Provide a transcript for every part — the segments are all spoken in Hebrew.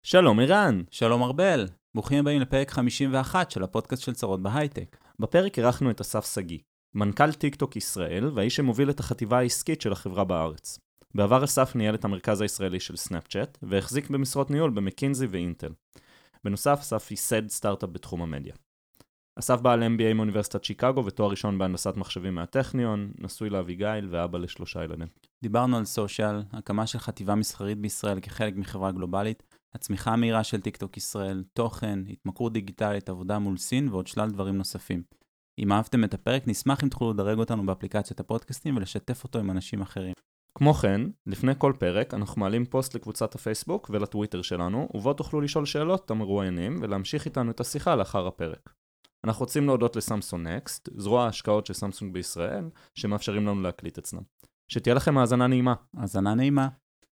שלום ערן. שלום ארבל, ברוכים הבאים לפרק 51 של הפודקאסט של צרות בהייטק. בפרק אירחנו את אסף סגי, מנכ"ל טיקטוק ישראל והאיש שמוביל את החטיבה העסקית של החברה בארץ. בעבר אסף ניהל את המרכז הישראלי של סנאפצ'אט והחזיק במשרות ניהול במקינזי ואינטל. בנוסף, אסף ייסד סטארט-אפ בתחום המדיה. אסף בעל MBA מאוניברסיטת שיקגו ותואר ראשון בהנדסת מחשבים מהטכניון, נשוי לאביגיל ואבא ל3 ילדים. דיברנו על סושיאל, הקמה של חטיבה מסחרית בישראל כחלק מחברה גלובלית, הצמיחה המהירה של טיקטוק ישראל, תוכן, התמכרות דיגיטלית, עבודה מול סין ועוד שלל דברים נוספים. אם אהבתם את הפרק, נשמח אם תוכלו לדרג אותנו באפליקציית הפודקאסטים ולשתף אותו עם אנשים אחרים. כמו כן, לפני כל פרק אנחנו מעלים פוסט לקבוצת הפייסבוק ולטוויטר שלנו, ובו תוכלו לשאול שאלות המרואיינים ולהמשיך איתנו את השיחה לאחר הפרק. אנחנו רוצים להודות לסמסונג נקסט, זרוע ההשקעות של סמסונג בישראל, שמאפשרים לנו להקליט אצלם. שתהיה לכם האזנה נעימה. האזנה נעימה.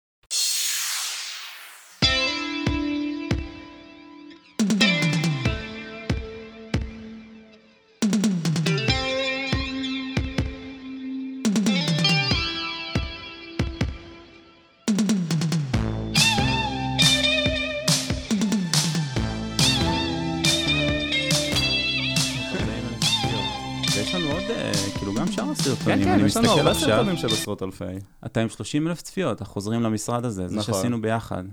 כן, יש לנו הרבה סרטונים של עשרות אלפי. אתה עם 30,000 צפיות, אנחנו חוזרים למשרד הזה, זה שעשינו ביחד.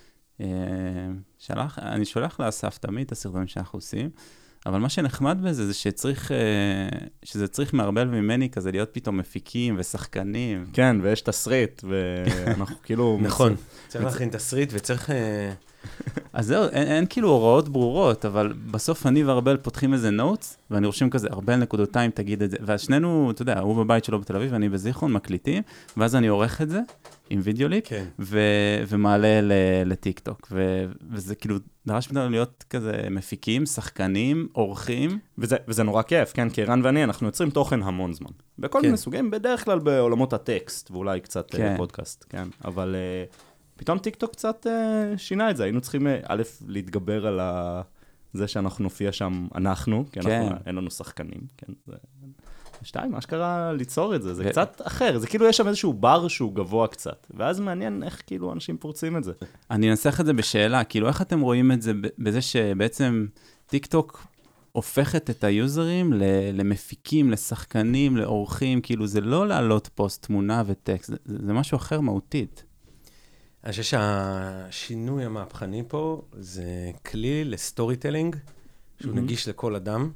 אני שולח לאסף תמיד את הסרטונים שאנחנו עושים, אבל מה שנחמד בזה זה שזה צריך מהרבל וממני כזה להיות פתאום מפיקים ושחקנים. כן, ויש תסריט, ואנחנו כאילו... נכון, צריך להכין תסריט וצריך... אז זהו, אין כאילו הוראות ברורות, אבל בסוף אני והרבל פותחים איזה נוטס, ואני רושם כזה, ארבל נקודותיים, תגיד את זה, והשנינו, אתה יודע, הוא בבית שלו בתל אביב, ואני בזיכרון, מקליטים, ואז אני עורך את זה, עם וידאוליפ, כן. ומעלה לטיקטוק, וזה כאילו דרש מאיתנו להיות כזה מפיקים, שחקנים, עורכים. וזה נורא כיף, כן, כי ערן ואני, אנחנו יוצרים תוכן המון זמן. בכל מיני סוגים, בדרך כלל בעולמות הטקסט, ואולי קצת פודקאססט, כן, אבל... פתאום טיקטוק קצת שינה את זה, היינו צריכים א' להתגבר על זה שאנחנו נופיע שם אנחנו, כי אין לנו שחקנים, כן, שתיים, מה שקרה ליצור את זה, זה קצת אחר, זה כאילו יש שם איזשהו בר שהוא גבוה קצת, ואז מעניין איך כאילו אנשים פורצים את זה. אני אנסח את זה בשאלה, כאילו איך אתם רואים את זה בזה שבעצם טיקטוק הופכת את היוזרים למפיקים, לשחקנים, לעורכים, כאילו זה לא להעלות פוסט, תמונה וטקסט, זה משהו אחר מהותית. אני חושב שהשינוי המהפכני פה זה כלי לסטורי טלינג, שהוא נגיש לכל אדם,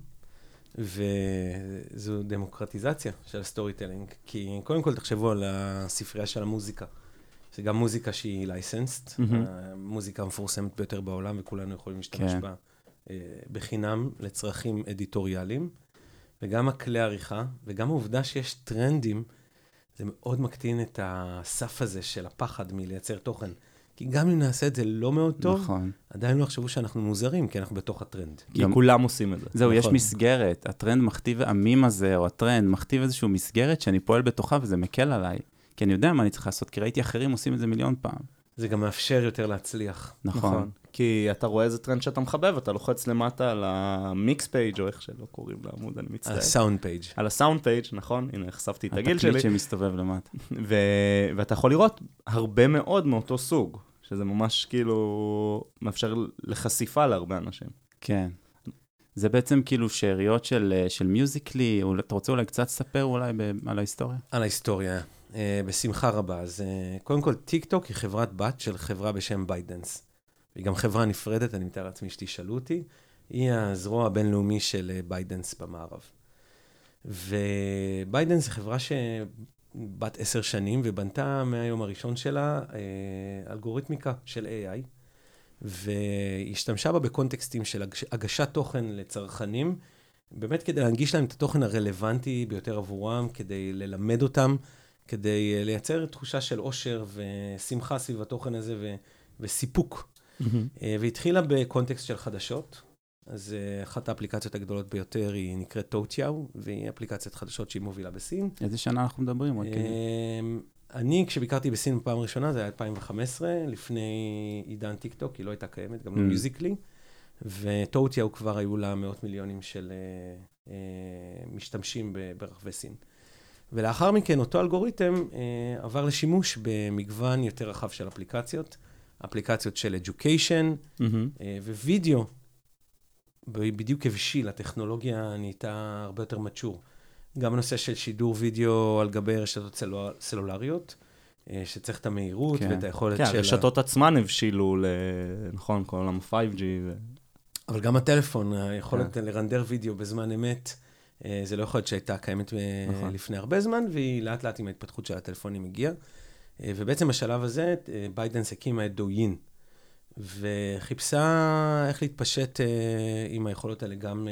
וזו דמוקרטיזציה של הסטורי טלינג, כי קודם כל תחשבו על הספרייה של המוזיקה, זה גם מוזיקה שהיא לייסנסט, המוזיקה המפורסמת ביותר בעולם, וכולנו יכולים להשתמש בה בחינם לצרכים אדיטוריאליים, וגם הכלי עריכה, וגם העובדה שיש טרנדים, זה מאוד מקטין את הסף הזה של הפחד מלייצר תוכן. כי גם אם נעשה את זה לא מאוד טוב, נכון. עדיין לא חשבו שאנחנו מוזרים, כי אנחנו בתוך הטרנד. כי כולם עושים את זה. זהו, נכון. יש מסגרת. הטרנד מכתיב, המים הזה, או הטרנד, מכתיב איזשהו מסגרת שאני פועל בתוכה, וזה מקל עליי. כי אני יודע מה אני צריך לעשות, כי ראיתי אחרים עושים את זה מיליון פעם. זה גם מאפשר יותר להצליח. נכון. כי אתה רואה איזה טרנד שאתה מחבב, אתה לוחץ למטה על המיקס פייג' או איך שלא קוראים לעמוד, אני מצטער. על הסאונד פייג'. על הסאונד פייג', נכון, הנה, חשפתי את הגיל שלי. התקליט שמסתובב למטה. ואתה יכול לראות הרבה מאוד מאותו סוג, שזה ממש כאילו מאפשר לחשיפה להרבה אנשים. כן. זה בעצם כאילו שאריות של מיוזיקלי, אתה רוצה אולי קצת לספר אולי על ההיסטוריה? על ההיסטוריה. בשמחה רבה. אז קודם כל, טיקטוק היא חברת בת של חברה בשם ביידנס. היא גם חברה נפרדת, אני מתאר לעצמי שתשאלו אותי. היא הזרוע הבינלאומי של ביידנס במערב. וביידנס היא חברה שבת 10 שנים, ובנתה מהיום הראשון שלה אלגוריתמיקה של AI, והשתמשה בה בקונטקסטים של הגשת תוכן לצרכנים, באמת כדי להנגיש להם את התוכן הרלוונטי ביותר עבורם, כדי ללמד אותם, כדי לייצר תחושה של אושר ושמחה סביב התוכן הזה וסיפוק. והתחילה בקונטקסט של חדשות. אז אחת האפליקציות הגדולות ביותר היא נקראת טאוטיהו, והיא אפליקציית חדשות שהיא מובילה בסין. איזה שנה אנחנו מדברים? אני, כשביקרתי בסין בפעם הראשונה, זה היה 2015, לפני עידן טיקטוק, היא לא הייתה קיימת, גם לא מיוזיקלי, וטאוטיהו כבר היו לה מאות מיליונים של משתמשים ברחבי סין. ולאחר מכן, אותו אלגוריתם עבר לשימוש במגוון יותר רחב של אפליקציות. אפליקציות של education ווידאו, בדיוק הבשיל, הטכנולוגיה נהייתה הרבה יותר מצ'ור. גם הנושא של שידור וידאו על גבי רשתות סלולריות, שצריך את המהירות ואת היכולת של... כן, הרשתות עצמן הבשילו נכון, כל עולם 5G. אבל גם הטלפון, היכולת לרנדר וידאו בזמן אמת, זה לא יכול להיות שהייתה קיימת לפני הרבה זמן, והיא לאט לאט עם ההתפתחות של הטלפונים הגיעה. ובעצם בשלב הזה, ביידנס הקימה את דויין, וחיפשה איך להתפשט עם היכולות האלה גם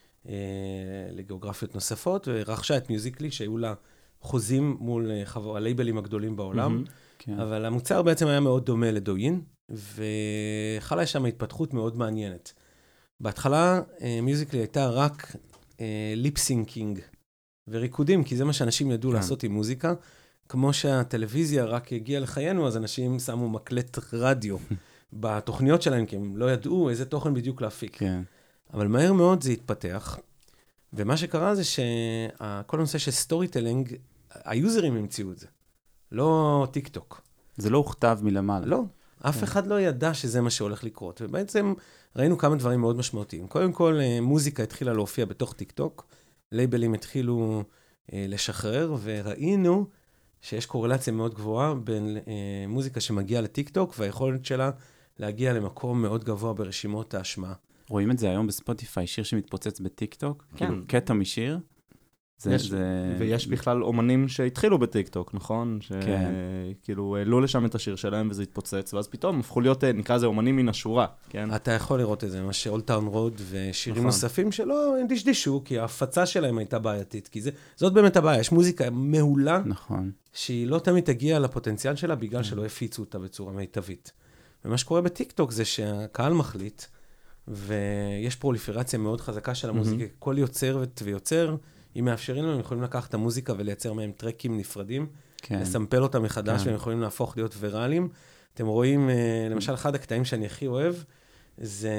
לגיאוגרפיות נוספות, ורכשה את מיוזיקלי, שהיו לה חוזים מול הלייבלים הגדולים בעולם, אבל המוצר בעצם היה מאוד דומה לדויין, וחלה שם התפתחות מאוד מעניינת. בהתחלה, מיוזיקלי הייתה רק ליפסינקינג וריקודים, כי זה מה שאנשים ידעו לעשות עם מוזיקה. כמו שהטלוויזיה רק הגיעה לחיינו, אז אנשים שמו מקלט רדיו בתוכניות שלהם, כי הם לא ידעו איזה תוכן בדיוק להפיק. כן. אבל מהר מאוד זה התפתח, ומה שקרה זה שכל הנושא של סטורי טלינג, היוזרים המציאו את זה, לא טיק טוק. זה לא הוכתב מלמעלה. לא, אף אחד לא ידע שזה מה שהולך לקרות, ובעצם ראינו כמה דברים מאוד משמעותיים. קודם כל, מוזיקה התחילה להופיע בתוך טיק טוק, לייבלים התחילו לשחרר, וראינו שיש קורלציה מאוד גבוהה בין מוזיקה שמגיעה לטיק טוק, והיכולת שלה להגיע למקום מאוד גבוה ברשימות ההשמעה. רואים את זה היום בספוטיפיי, שיר שמתפוצץ בטיק טוק, כן. כאילו קטע משיר. ויש בכלל אומנים שהתחילו בטיק טוק, נכון? שכאילו העלו לשם את השיר שלהם וזה התפוצץ, ואז פתאום הפכו להיות, נקרא זה אומנים מן השורה, כן? אתה יכול לראות את זה, מה שאולד טאון רוד ושירים נוספים שלא דשדשו, כי ההפצה שלהם הייתה בעייתית, כי זאת באמת הבעיה, יש מוזיקה מעולה, שהיא לא תמיד תגיע לפוטנציאל שלה, בגלל שלא הפיצו אותה בצורה מיטבית. ומה שקורה בטיק טוק זה שהקהל מחליט, ויש פרוליפרציה מאוד חזקה של המוזיקה, כל יוצר ויוצר, אם מאפשרים לנו, הם יכולים לקחת את המוזיקה ולייצר מהם טרקים נפרדים, לסמפל אותם מחדש, והם יכולים להפוך להיות ויראליים. אתם רואים, למשל, אחד הקטעים שאני הכי אוהב, זה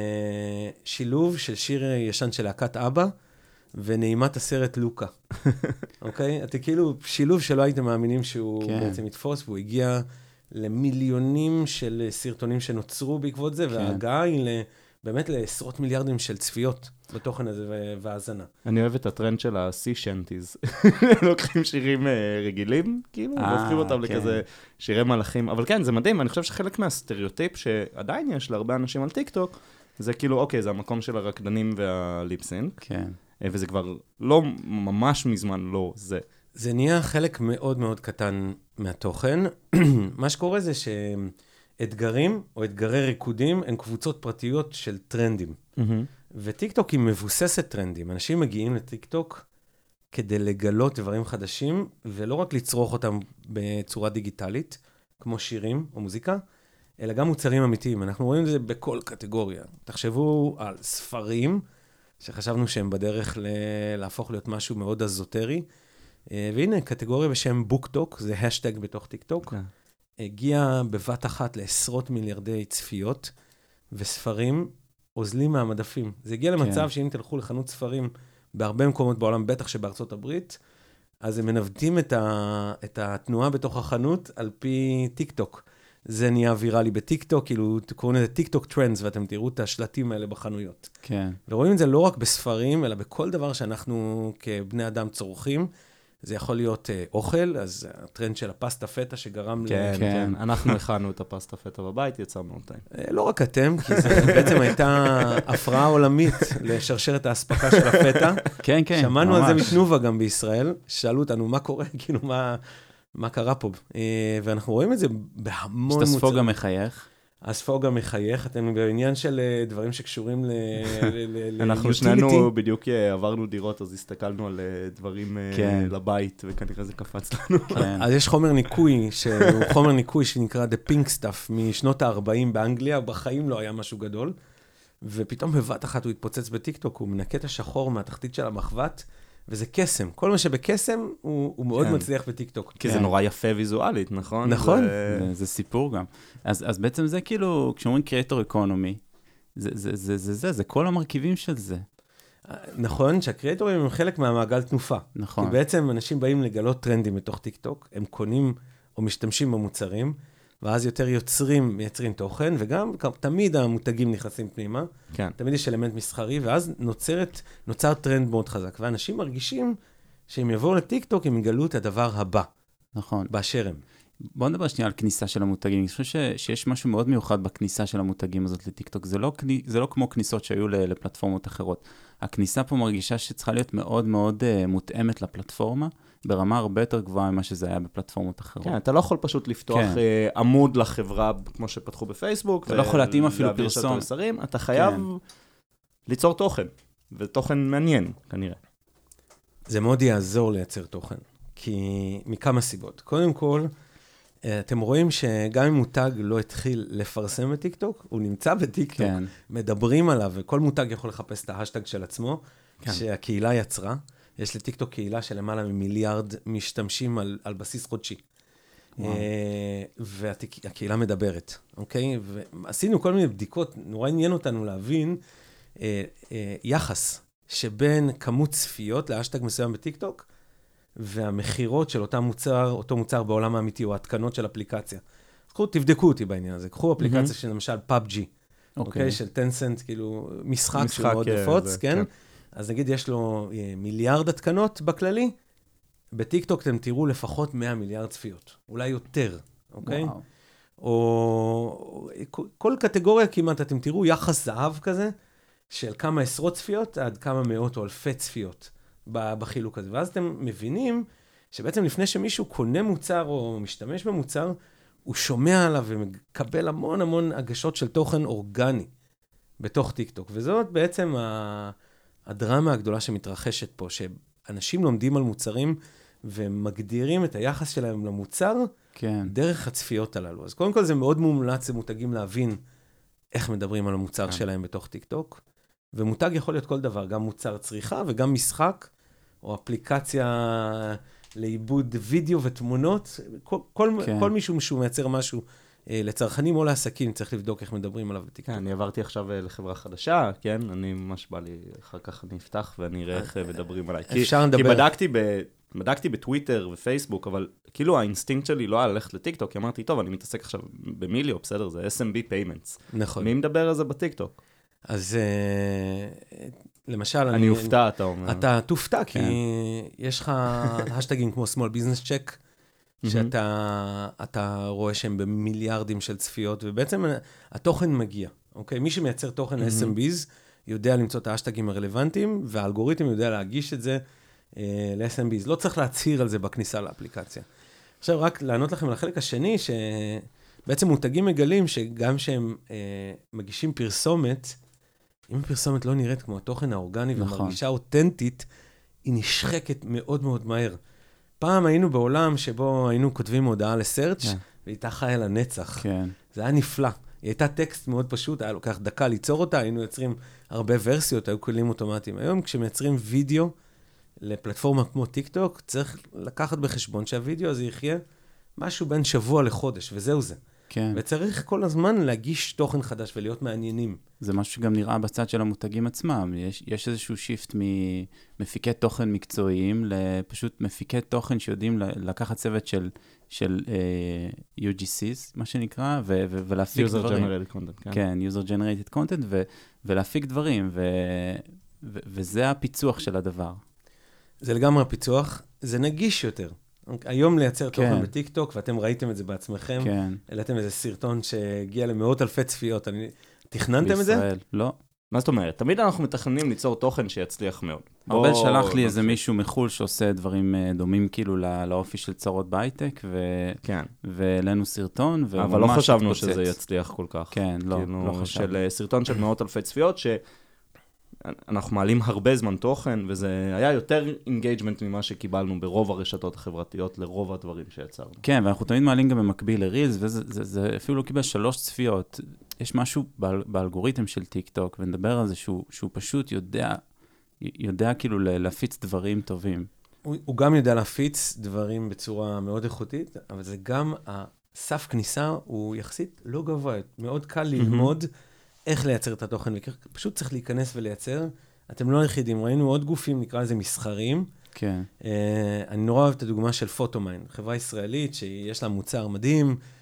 שילוב של שיר ישן של להקת אבא, ונעימת הסרט לוקה. אוקיי? אתה כאילו שילוב שלא הייתם מאמינים שהוא בעצם יתפוס, והוא הגיע למיליונים של סרטונים שנוצרו בעקבות זה, וההגעה היא באמת לעשרות מיליארדים של צפיות בתוכן הזה והאזנה. אני אוהב את הטרנד של ה-sea shanties. לוקחים שירים רגילים, כאילו, והופכים אותם לכזה שירי מלאכים. אבל כן, זה מדהים, אני חושב שחלק מהסטריאוטיפ שעדיין יש להרבה אנשים על טיק טוק, זה כאילו, אוקיי, זה המקום של הרקדנים והליפסינק. כן. וזה כבר לא ממש מזמן, לא זה. זה נהיה חלק מאוד מאוד קטן מהתוכן. מה שקורה זה אתגרים או אתגרי ריקודים הן קבוצות פרטיות של טרנדים. וטיק טוק היא מבוססת טרנדים. אנשים מגיעים לטיק טוק כדי לגלות דברים חדשים, ולא רק לצרוך אותם בצורה דיגיטלית, כמו שירים או מוזיקה, אלא גם מוצרים אמיתיים. אנחנו רואים את זה בכל קטגוריה. תחשבו על ספרים, שחשבנו שהם בדרך להפוך להיות משהו מאוד אזוטרי, והנה, קטגוריה בשם בוקטוק, זה השטג בתוך טיק טוק, הגיע בבת אחת לעשרות מיליארדי צפיות, וספרים עוזלים מהמדפים. זה הגיע למצב שאם תלכו לחנות ספרים בהרבה מקומות בעולם, בטח שבארצות הברית, אז הם מנוודים את התנועה בתוך החנות על פי טיק טוק. זה נהיה ויראלי בטיק טוק, כאילו קוראים לזה טיק טוק טרנדס, ואתם תראו את השלטים האלה בחנויות. כן. ורואים את זה לא רק בספרים, אלא בכל דבר שאנחנו כבני אדם צורכים, זה יכול להיות אוכל, אז הטרנד של הפסטה פטה שגרם כן, אנחנו הכנו את הפסטה פטה בבית, יצרנו אותה. לא רק אתם, כי זה בעצם הייתה הפרעה עולמית לשרשרת האספקה של הפטה. כן, כן. שמענו על זה מתנובה גם בישראל, שאלו אותנו מה קורה, כאילו מה קרה פה. ואנחנו רואים את זה בהמון מוצרים. שתספוג גם מחייך. הספוג גם מחייך, אתם בעניין של דברים שקשורים ל-utility. אנחנו שנינו בדיוק עברנו דירות, אז הסתכלנו על דברים לבית, וכנראה זה קפץ לנו. אז יש חומר ניקוי, שהוא חומר ניקוי שנקרא The Pink Stuff, משנות ה-40 באנגליה, בחיים לא היה משהו גדול, ופתאום בבת אחת הוא התפוצץ בטיקטוק, הוא מנקה את השחור מהתחתית של המחבת, וזה קסם. כל מה שבקסם הוא מאוד מצליח בטיקטוק. כי זה נורא יפה ויזואלית, נכון? נכון. זה סיפור גם. אז בעצם זה כאילו, כשאומרים Creator Economy, זה כל המרכיבים של זה. נכון, שהקריאטורים הם חלק מהמעגל תנופה. נכון. כי בעצם אנשים באים לגלות טרנדים בתוך טיקטוק, הם קונים או משתמשים במוצרים, ואז יותר מייצרים תוכן, וגם תמיד המותגים נכנסים פנימה, כן. תמיד יש אלמנט מסחרי, ואז נוצר טרנד מאוד חזק, ואנשים מרגישים שאם יבואו לטיקטוק, הם יגלו את הדבר הבא. נכון. באשר הם. בואו נדבר שנייה על כניסה של המותגים. אני חושב שיש משהו מאוד מיוחד בכניסה של המותגים הזאת לטיקטוק. זה לא כמו כניסות שהיו לפלטפורמות אחרות. הכניסה פה מרגישה שצריכה להיות מאוד מאוד מותאמת לפלטפורמה, ברמה הרבה יותר גבוהה ממה שזה היה בפלטפורמות אחרות. כן, אתה לא יכול פשוט לפתוח עמוד לחברה כמו שפתחו בפייסבוק. אתה לא יכול להתאים אפילו פרסום. אתה חייב ליצור תוכן, ותוכן מעניין, כנראה. זה מאוד יעזור לייצר תוכן, כי מכמה סיבות. קודם כל, אתם רואים שגם אם מותג לא התחיל לפרסם בטיקטוק, הוא נמצא בטיקטוק, כן. מדברים עליו, וכל מותג יכול לחפש את ההשטג של עצמו, כן. שהקהילה יצרה. יש לטיקטוק קהילה של למעלה ממיליארד משתמשים על בסיס חודשי. והקהילה מדברת, אוקיי? ועשינו כל מיני בדיקות, נורא עניין אותנו להבין יחס שבין כמות צפיות להשטג מסוים בטיקטוק, והמחירות של אותו מוצר בעולם האמיתי, או התקנות של אפליקציה. תבדקו אותי בעניין הזה. קחו אפליקציה של למשל PUBG, אוקיי? של טנסנט, כאילו משחק שהוא מאוד נפוץ, כן? אז נגיד יש לו מיליארד התקנות בכללי, בטיקטוק אתם תראו לפחות 100 מיליארד צפיות, אולי יותר, אוקיי? או כל קטגוריה כמעט אתם תראו יחס זהב כזה, של כמה עשרות צפיות עד כמה מאות או אלפי צפיות בחילוק הזה. ואז אתם מבינים שבעצם לפני שמישהו קונה מוצר או משתמש במוצר, הוא שומע עליו ומקבל המון המון הגשות של תוכן אורגני בתוך טיקטוק. וזאת בעצם הדרמה הגדולה שמתרחשת פה, שאנשים לומדים על מוצרים ומגדירים את היחס שלהם למוצר דרך הצפיות הללו. אז קודם כל זה מאוד מומלץ למותגים להבין איך מדברים על המוצר שלהם בתוך טיקטוק. ומותג יכול להיות כל דבר, גם מוצר צריכה וגם משחק, או אפליקציה לעיבוד וידאו ותמונות. כל מישהו שהוא מייצר משהו לצרכנים או לעסקים, צריך לבדוק איך מדברים עליו בטיקטוק. אני עברתי עכשיו לחברה חדשה, כן? אני ממש בא לי, אחר כך אני אפתח ואני אראה איך מדברים עליי. כי בדקתי בטוויטר ופייסבוק, אבל כאילו האינסטינקט שלי לא היה ללכת לטיקטוק, כי אמרתי, טוב, אני מתעסק עכשיו במיליו, בסדר, זה SMB Payments. נכון. מי מדבר על זה בטיקטוק? אז למשל, אני אופתע, אתה אומר. אתה תופתע, כי יש לך השטגים כמו small business check, שאתה רואה שהם במיליארדים של צפיות, ובעצם התוכן מגיע, אוקיי? מי שמייצר תוכן ל-SMBs יודע למצוא את ההשטגים הרלוונטיים, והאלגוריתם יודע להגיש את זה ל-SMBs. לא צריך להצהיר על זה בכניסה לאפליקציה. עכשיו, רק לענות לכם לחלק השני, שבעצם מותגים מגלים שגם שהם מגישים פרסומת, אם הפרסומת לא נראית כמו התוכן האורגני ומרגישה אותנטית, היא נשחקת מאוד מאוד מהר. פעם היינו בעולם שבו היינו כותבים הודעה לסרצ' והייתה חיה לנצח. כן. זה היה נפלא. היא הייתה טקסט מאוד פשוט, היה לוקח דקה ליצור אותה, היינו יוצרים הרבה ורסיות, היו כלים אוטומטיים. היום כשמייצרים וידאו לפלטפורמה כמו טיקטוק, צריך לקחת בחשבון שהוידאו הזה יחיה משהו בין שבוע לחודש, וזהו זה. כן. וצריך כל הזמן להגיש תוכן חדש ולהיות מעניינים. זה משהו שגם נראה בצד של המותגים עצמם. יש איזשהו שיפט ממפיקי תוכן מקצועיים לפשוט מפיקי תוכן שיודעים לקחת צוות של UGCs, מה שנקרא, ולהפיק דברים. User Generated Content, כן. כן, User Generated Content, ולהפיק דברים, וזה הפיצוח של הדבר. זה לגמרי הפיצוח, זה נגיש יותר. היום לייצר תוכן בטיקטוק, ואתם ראיתם את זה בעצמכם, העליתם איזה סרטון שהגיע למאות אלפי צפיות. תכננתם את זה? בישראל, לא. מה זאת אומרת? תמיד אנחנו מתכננים ליצור תוכן שיצליח מאוד. הרבה שלח לי איזה מישהו מחול שעושה דברים דומים כאילו לאופי של צרות בהייטק, ואלינו סרטון, אבל לא חשבנו שזה יצליח כל כך. כן, לא חשבנו. של סרטון של מאות אלפי צפיות, אנחנו מעלים הרבה זמן תוכן, וזה היה יותר אינגייג'מנט ממה שקיבלנו ברוב הרשתות החברתיות, לרוב הדברים שיצרנו. כן, ואנחנו תמיד מעלים גם במקביל לרילס, וזה אפילו לא קיבל 3 צפיות. יש משהו באלגוריתם של טיקטוק, ונדבר על זה שהוא פשוט יודע כאילו להפיץ דברים טובים. הוא גם יודע להפיץ דברים בצורה מאוד איכותית, אבל זה גם, הסף כניסה הוא יחסית לא גבוה, מאוד קל ללמוד איך לייצר את התוכן, פשוט צריך להיכנס ולייצר. אתם לא היחידים, ראינו עוד גופים, נקרא לזה מסחרים. כן. אני נורא אוהב את הדוגמה של פוטומיין, חברה ישראלית שיש לה מוצר מדהים,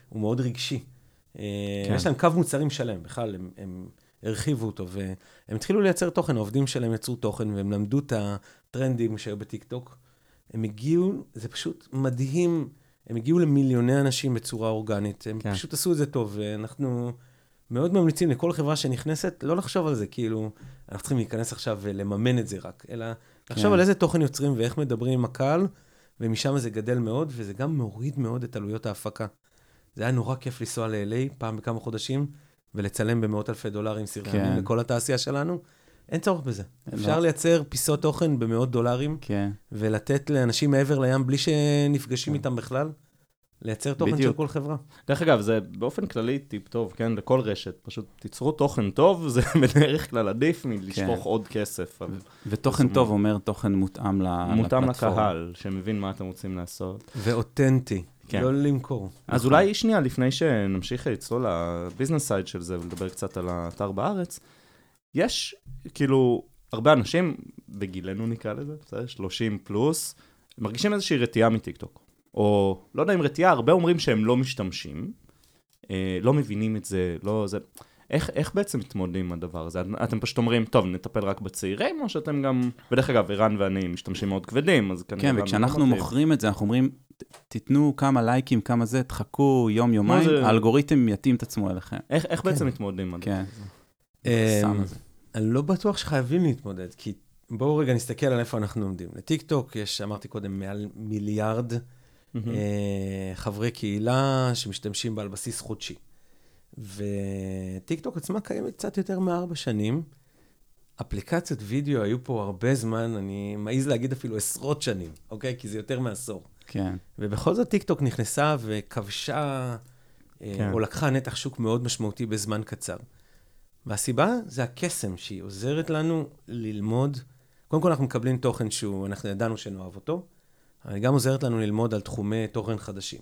הוא מאוד רגשי. יש להם קו מוצרים שלם, בכלל הם הרחיבו אותו, והם התחילו לייצר תוכן, העובדים שלהם יצרו תוכן, והם למדו את הטרנדים שהיו בטיקטוק. הם הגיעו, זה פשוט מדהים, הם הגיעו למיליוני אנשים בצורה אורגנית, הם פשוט עשו את זה טוב, ואנחנו מאוד ממליצים לכל חברה שנכנסת, לא לחשוב על זה, כאילו, אנחנו צריכים להיכנס עכשיו ולממן את זה רק, אלא לחשוב על איזה תוכן יוצרים ואיך מדברים עם הקהל, ומשם זה גדל מאוד, וזה גם מוריד מאוד את עלויות ההפקה. זה היה נורא כיף לנסוע ל-LA פעם בכמה חודשים, ולצלם במאות אלפי דולרים סרטונים לכל התעשייה שלנו. אין צורך בזה. אפשר לייצר פיסות תוכן במאות דולרים, ולתת לאנשים מעבר לים, בלי שנפגשים איתם בכלל, לייצר תוכן של כל חברה. דרך אגב, זה באופן כללי טיפ טוב, כן? לכל רשת. פשוט תיצרו תוכן טוב, זה בדרך כלל עדיף מלשפוך עוד כסף. ותוכן טוב אומר תוכן מותאם לפלטפורמה. מותאם לקהל, שמבין מה אתם רוצים לעשות. ואותנטי. לא למכור. אז אולי שנייה, לפני שנמשיך לצלול לביזנס סייד של זה, ולדבר קצת על האתר בארץ, יש כאילו הרבה אנשים, בגילנו נקרא לזה, 30 פלוס, מרגישים איזושהי רתיעה מטיקטוק. או לא יודע אם רתיעה, הרבה אומרים שהם לא משתמשים, לא מבינים את זה, לא זה. איך בעצם מתמודדים עם הדבר הזה? אתם פשוט אומרים, טוב, נטפל רק בצעירים, או שאתם גם, בדרך אגב, ערן ואני משתמשים מאוד כבדים, אז כן, וכשאנחנו מוכרים את זה, אנחנו אומרים, תיתנו כמה לייקים, כמה זה, תחכו יום, יומיים, האלגוריתם יתאים את עצמו אליכם. איך בעצם מתמודדים עם הדבר הזה? אני לא בטוח שחייבים להתמודד, כי בואו רגע נסתכל על איפה אנחנו עומדים. לטיקטוק יש, אמרתי קודם, מעל מיליארד חברי קהילה שמשתמשים בה על בסיס חודשי. וטיקטוק עצמה קיימת קצת יותר מ4 שנים. אפליקציות וידאו היו פה הרבה זמן, אני מעיז להגיד אפילו עשרות שנים, אוקיי? כי זה יותר מעשור. כן. ובכל זאת טיקטוק נכנסה וכבשה, או לקחה נתח שוק מאוד משמעותי בזמן קצר. והסיבה זה הקסם שהיא עוזרת לנו ללמוד. קודם כל אנחנו מקבלים תוכן אנחנו ידענו שנאהב אותו, אבל היא גם עוזרת לנו ללמוד על תחומי תוכן חדשים.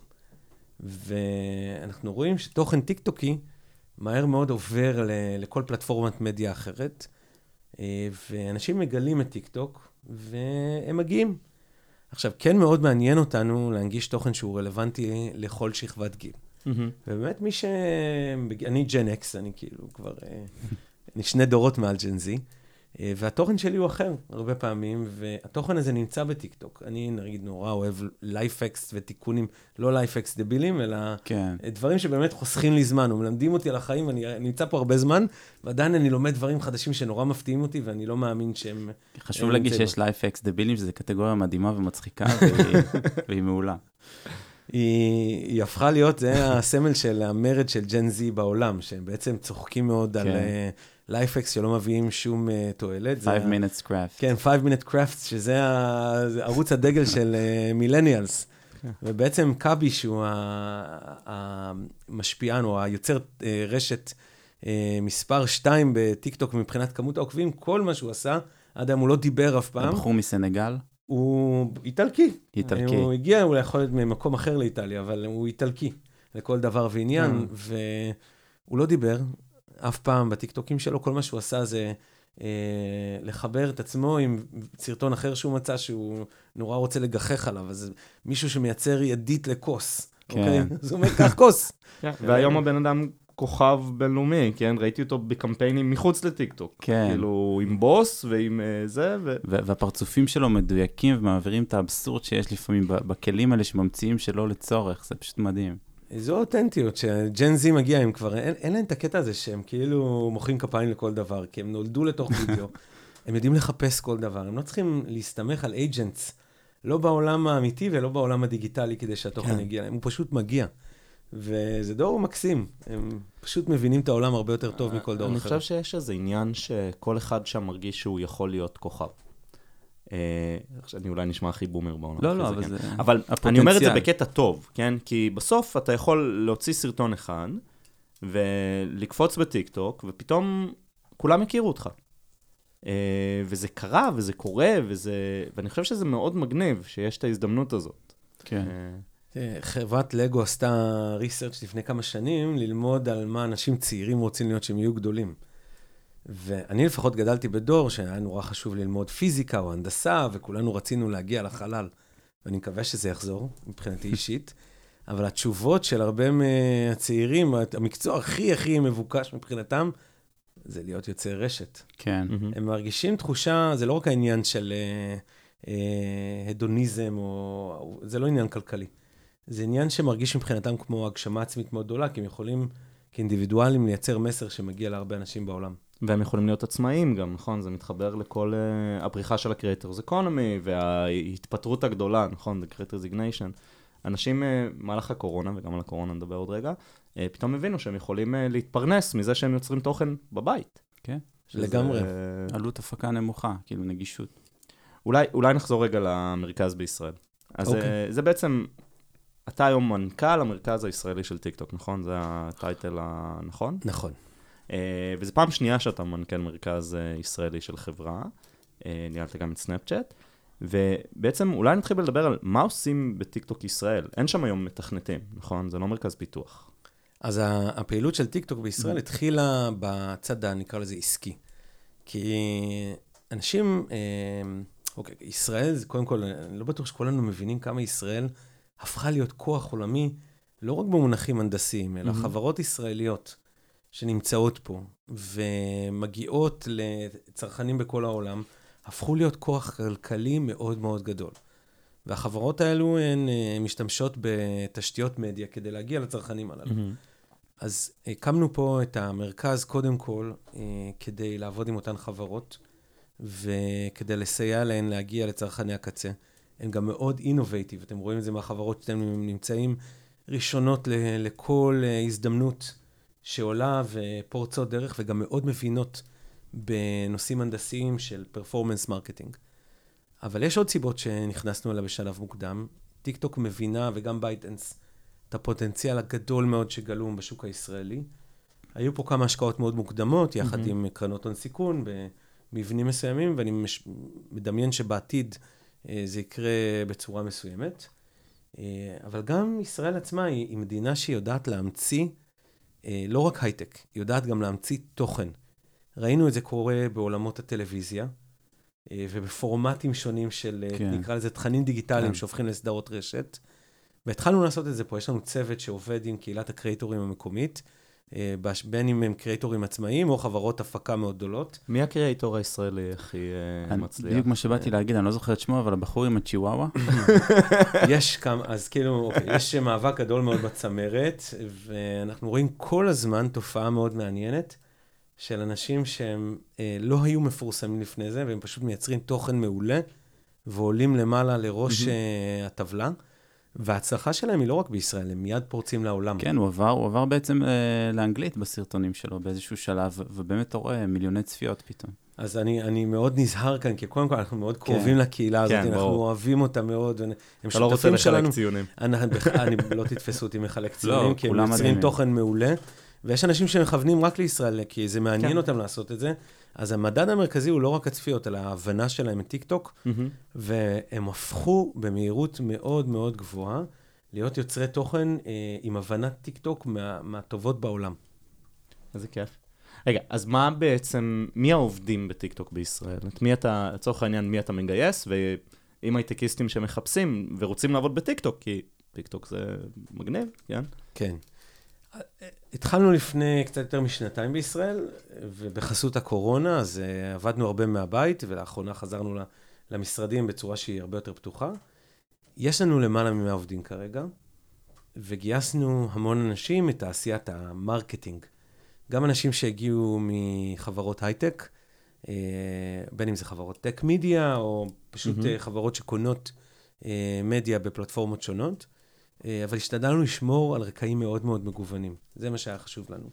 ואנחנו רואים שתוכן טיקטוקי מהר מאוד עובר לכל פלטפורמת מדיה אחרת, ואנשים מגלים את טיקטוק, והם מגיעים. עכשיו, כן מאוד מעניין אותנו להנגיש תוכן שהוא רלוונטי לכל שכבת גיל. ובאמת אני ג'ן אקס, אני כאילו כבר, אני 2 דורות מעל ג'ן זי, והתוכן שלי הוא אחר הרבה פעמים, והתוכן הזה נמצא בטיקטוק. אני נגיד נורא אוהב לייפקס ותיקונים, לא לייפקס דבילים, אלא דברים שבאמת חוסכים לי זמן, ומלמדים אותי על החיים, אני נמצא פה הרבה זמן, ועדיין אני לומד דברים חדשים שנורא מפתיעים אותי, ואני לא מאמין שהם... חשוב להגיד שיש לייפקס דבילים, שזו קטגוריה מדהימה ומצחיקה, והיא מעולה. היא הפכה להיות, זה הסמל של המרד של ג'ן זי בעולם, שהם בעצם צוחקים מאוד על לייפקס שלא מביאים שום תועלת. 5 minutes craft. כן, 5 minute crafts, שזה ערוץ הדגל של מילניאלס. ובעצם קאבי, שהוא המשפיען, או היוצר רשת מספר 2 בטיקטוק מבחינת כמות העוקבים, כל מה שהוא עשה, עד היום הוא לא דיבר אף פעם. הבחור מסנגל? הוא איטלקי. הוא הגיע, הוא יכול להיות ממקום אחר לאיטליה, אבל הוא איטלקי לכל דבר ועניין, והוא לא דיבר אף פעם בטיקטוקים שלו, כל מה שהוא עשה זה לחבר את עצמו עם סרטון אחר שהוא מצא, שהוא נורא רוצה לגחך עליו, אז מישהו שמייצר ידית לכוס, אוקיי? אז הוא אומר, קח כוס. והיום הבן אדם כוכב בינלאומי, כן? ראיתי אותו בקמפיינים מחוץ לטיקטוק. כן. כאילו, עם בוס ועם זה. והפרצופים שלו מדויקים ומעבירים את האבסורד שיש לפעמים בכלים האלה שממציאים שלא לצורך, זה פשוט מדהים. זו אותנטיות, שג'ן זי מגיע, הם כבר, אין להם את הקטע הזה שהם כאילו מוחאים כפיים לכל דבר, כי הם נולדו לתוך וידאו, הם יודעים לחפש כל דבר, הם לא צריכים להסתמך על אייג'נטס, לא בעולם האמיתי ולא בעולם הדיגיטלי כדי שהתוכן יגיע להם, הוא פשוט מגיע. וזה דור מקסים, הם פשוט מבינים את העולם הרבה יותר טוב מכל דור אחר. אני חושב שיש איזה עניין שכל אחד שם מרגיש שהוא יכול להיות כוכב. אני אולי נשמע הכי בומר בעולם. לא, אבל אני אומר את זה בקטע טוב, כן? כי בסוף אתה יכול להוציא סרטון אחד, ולקפוץ בטיקטוק, ופתאום כולם יכירו אותך. וזה קרה, וזה קורה, ואני חושב שזה מאוד מגניב, שיש את ההזדמנות הזאת. כן. חברת לגו עשתה ריסרצ' לפני כמה שנים, ללמוד על מה אנשים צעירים רוצים להיות שהם יהיו גדולים. ואני לפחות גדלתי בדור שהיה נורא חשוב ללמוד פיזיקה או הנדסה, וכולנו רצינו להגיע לחלל. ואני מקווה שזה יחזור, מבחינתי אישית. אבל התשובות של הרבה מהצעירים, המקצוע הכי מבוקש מבחינתם, זה להיות יוצא רשת. כן. הם מרגישים תחושה, זה לא רק העניין של הדוניזם, זה לא עניין כלכלי. זה עניין שמרגיש מבחינתם כמו הגשמה עצמית מאוד גדולה, כי הם יכולים כאינדיבידואלים לייצר מסר שמגיע להרבה אנשים בעולם. והם יכולים להיות עצמאיים גם, נכון? זה מתחבר לכל הפריחה של ה-Creators Economy, וההתפטרות הגדולה, נכון? The Creator Resignation. אנשים מהלך הקורונה, וגם על הקורונה נדבר עוד רגע, פתאום הבינו שהם יכולים להתפרנס מזה שהם יוצרים תוכן בבית. כן. לגמרי. עלות הפקה נמוכה, כאילו נגישות. אולי נחזור רגע למרכז בישראל. אז זה בעצם, אתה היום מנכ"ל המרכז הישראלי של טיקטוק, נכון? זה הטייטל הנכון? נכון. וזה פעם שנייה שאתה מנכ"ל מרכז ישראלי של חברה, ניהלת גם את סנאפצ'אט, ובעצם אולי נתחיל לדבר על מה עושים בטיקטוק ישראל. אין שם היום מתכנתים, נכון? זה לא מרכז פיתוח. אז הפעילות של טיקטוק בישראל התחילה בצד, נקרא לזה עסקי. כי אנשים, ישראל, קודם כל, אני לא בטוח שכולנו מבינים כמה ישראל הפכה להיות כוח עולמי, לא רק במונחים הנדסיים, אלא חברות ישראליות שנמצאות פה, ומגיעות לצרכנים בכל העולם, הפכו להיות כוח כלכלי מאוד מאוד גדול. והחברות האלו הן משתמשות בתשתיות מדיה כדי להגיע לצרכנים הללו. אז הקמנו פה את המרכז קודם כל כדי לעבוד עם אותן חברות, וכדי לסייע להן להגיע לצרכני הקצה. הן גם מאוד אינובייטיב, אתם רואים את זה מהחברות שאתם נמצאים ראשונות לכל הזדמנות שעולה ופורצות דרך, וגם מאוד מבינות בנושאים הנדסיים של פרפורמנס מרקטינג. אבל יש עוד סיבות שנכנסנו אליה בשלב מוקדם. טיקטוק מבינה, וגם בייטנס, את הפוטנציאל הגדול מאוד שגלום בשוק הישראלי. היו פה כמה השקעות מאוד מוקדמות, יחד עם קרנות הון סיכון, במבנים מסוימים, ואני מדמיין שבעתיד זה יקרה בצורה מסוימת. אבל גם ישראל עצמה היא מדינה שיודעת להמציא, לא רק הייטק, היא יודעת גם להמציא תוכן. ראינו את זה קורה בעולמות הטלוויזיה, ובפורמטים שונים של, נקרא לזה, תכנים דיגיטליים שהופכים לסדרות רשת. והתחלנו לעשות את זה פה, יש לנו צוות שעובד עם קהילת הקריאטורים המקומית, בין אם הם קריאטורים עצמאיים או חברות הפקה מאוד גדולות. מי הקריאטור הישראלי הכי מצליח? בדיוק מה שבאתי להגיד, אני לא זוכר את שמו, אבל הבחור עם הצ'יוואווה. יש כמה, אז כאילו, יש מאבק גדול מאוד בצמרת, ואנחנו רואים כל הזמן תופעה מאוד מעניינת, של אנשים שהם לא היו מפורסמים לפני זה, והם פשוט מייצרים תוכן מעולה, ועולים למעלה לראש הטבלה, וההצלחה שלהם היא לא רק בישראל, הם מיד פורצים לעולם. כן, הוא עבר בעצם לאנגלית בסרטונים שלו באיזשהו שלב, ובאמת אתה רואה מיליוני צפיות פתאום. אז אני מאוד נזהר כאן, כי קודם כל אנחנו מאוד קרובים לקהילה הזאת, אנחנו אוהבים אותה מאוד, אתה לא רוצה לחלק ציונים. אני לא תתפסו אותי מחלק ציונים, כי הם יוצרים תוכן מעולה, ויש אנשים שמכוונים רק לישראל, כי זה מעניין אותם לעשות את זה, אז המדד המרכזי הוא לא רק הצפיות, אלא ההבנה שלהם את טיקטוק, והם הפכו במהירות מאוד מאוד גבוהה, להיות יוצרי תוכן עם הבנת טיקטוק מהטובות בעולם. איזה כיף. רגע, אז מה בעצם, מי העובדים בטיקטוק בישראל? את מי אתה, לצורך העניין, מי אתה מגייס, ואם הייטקיסטים שמחפשים ורוצים לעבוד בטיקטוק, כי טיקטוק זה מגניב, כן? כן. התחלנו לפני קצת יותר משנתיים בישראל, ובחסות הקורונה, אז עבדנו הרבה מהבית, ולאחרונה חזרנו למשרדים בצורה שהיא הרבה יותר פתוחה. יש לנו למעלה מ100 עובדים כרגע, וגייסנו המון אנשים מתעשיית המרקטינג. גם אנשים שהגיעו מחברות הייטק, בין אם זה חברות טק מידיה, או פשוט חברות שקונות מדיה בפלטפורמות שונות, אבל השתדלנו לשמור על רקעים מאוד מאוד מגוונים. זה מה שהיה חשוב לנו.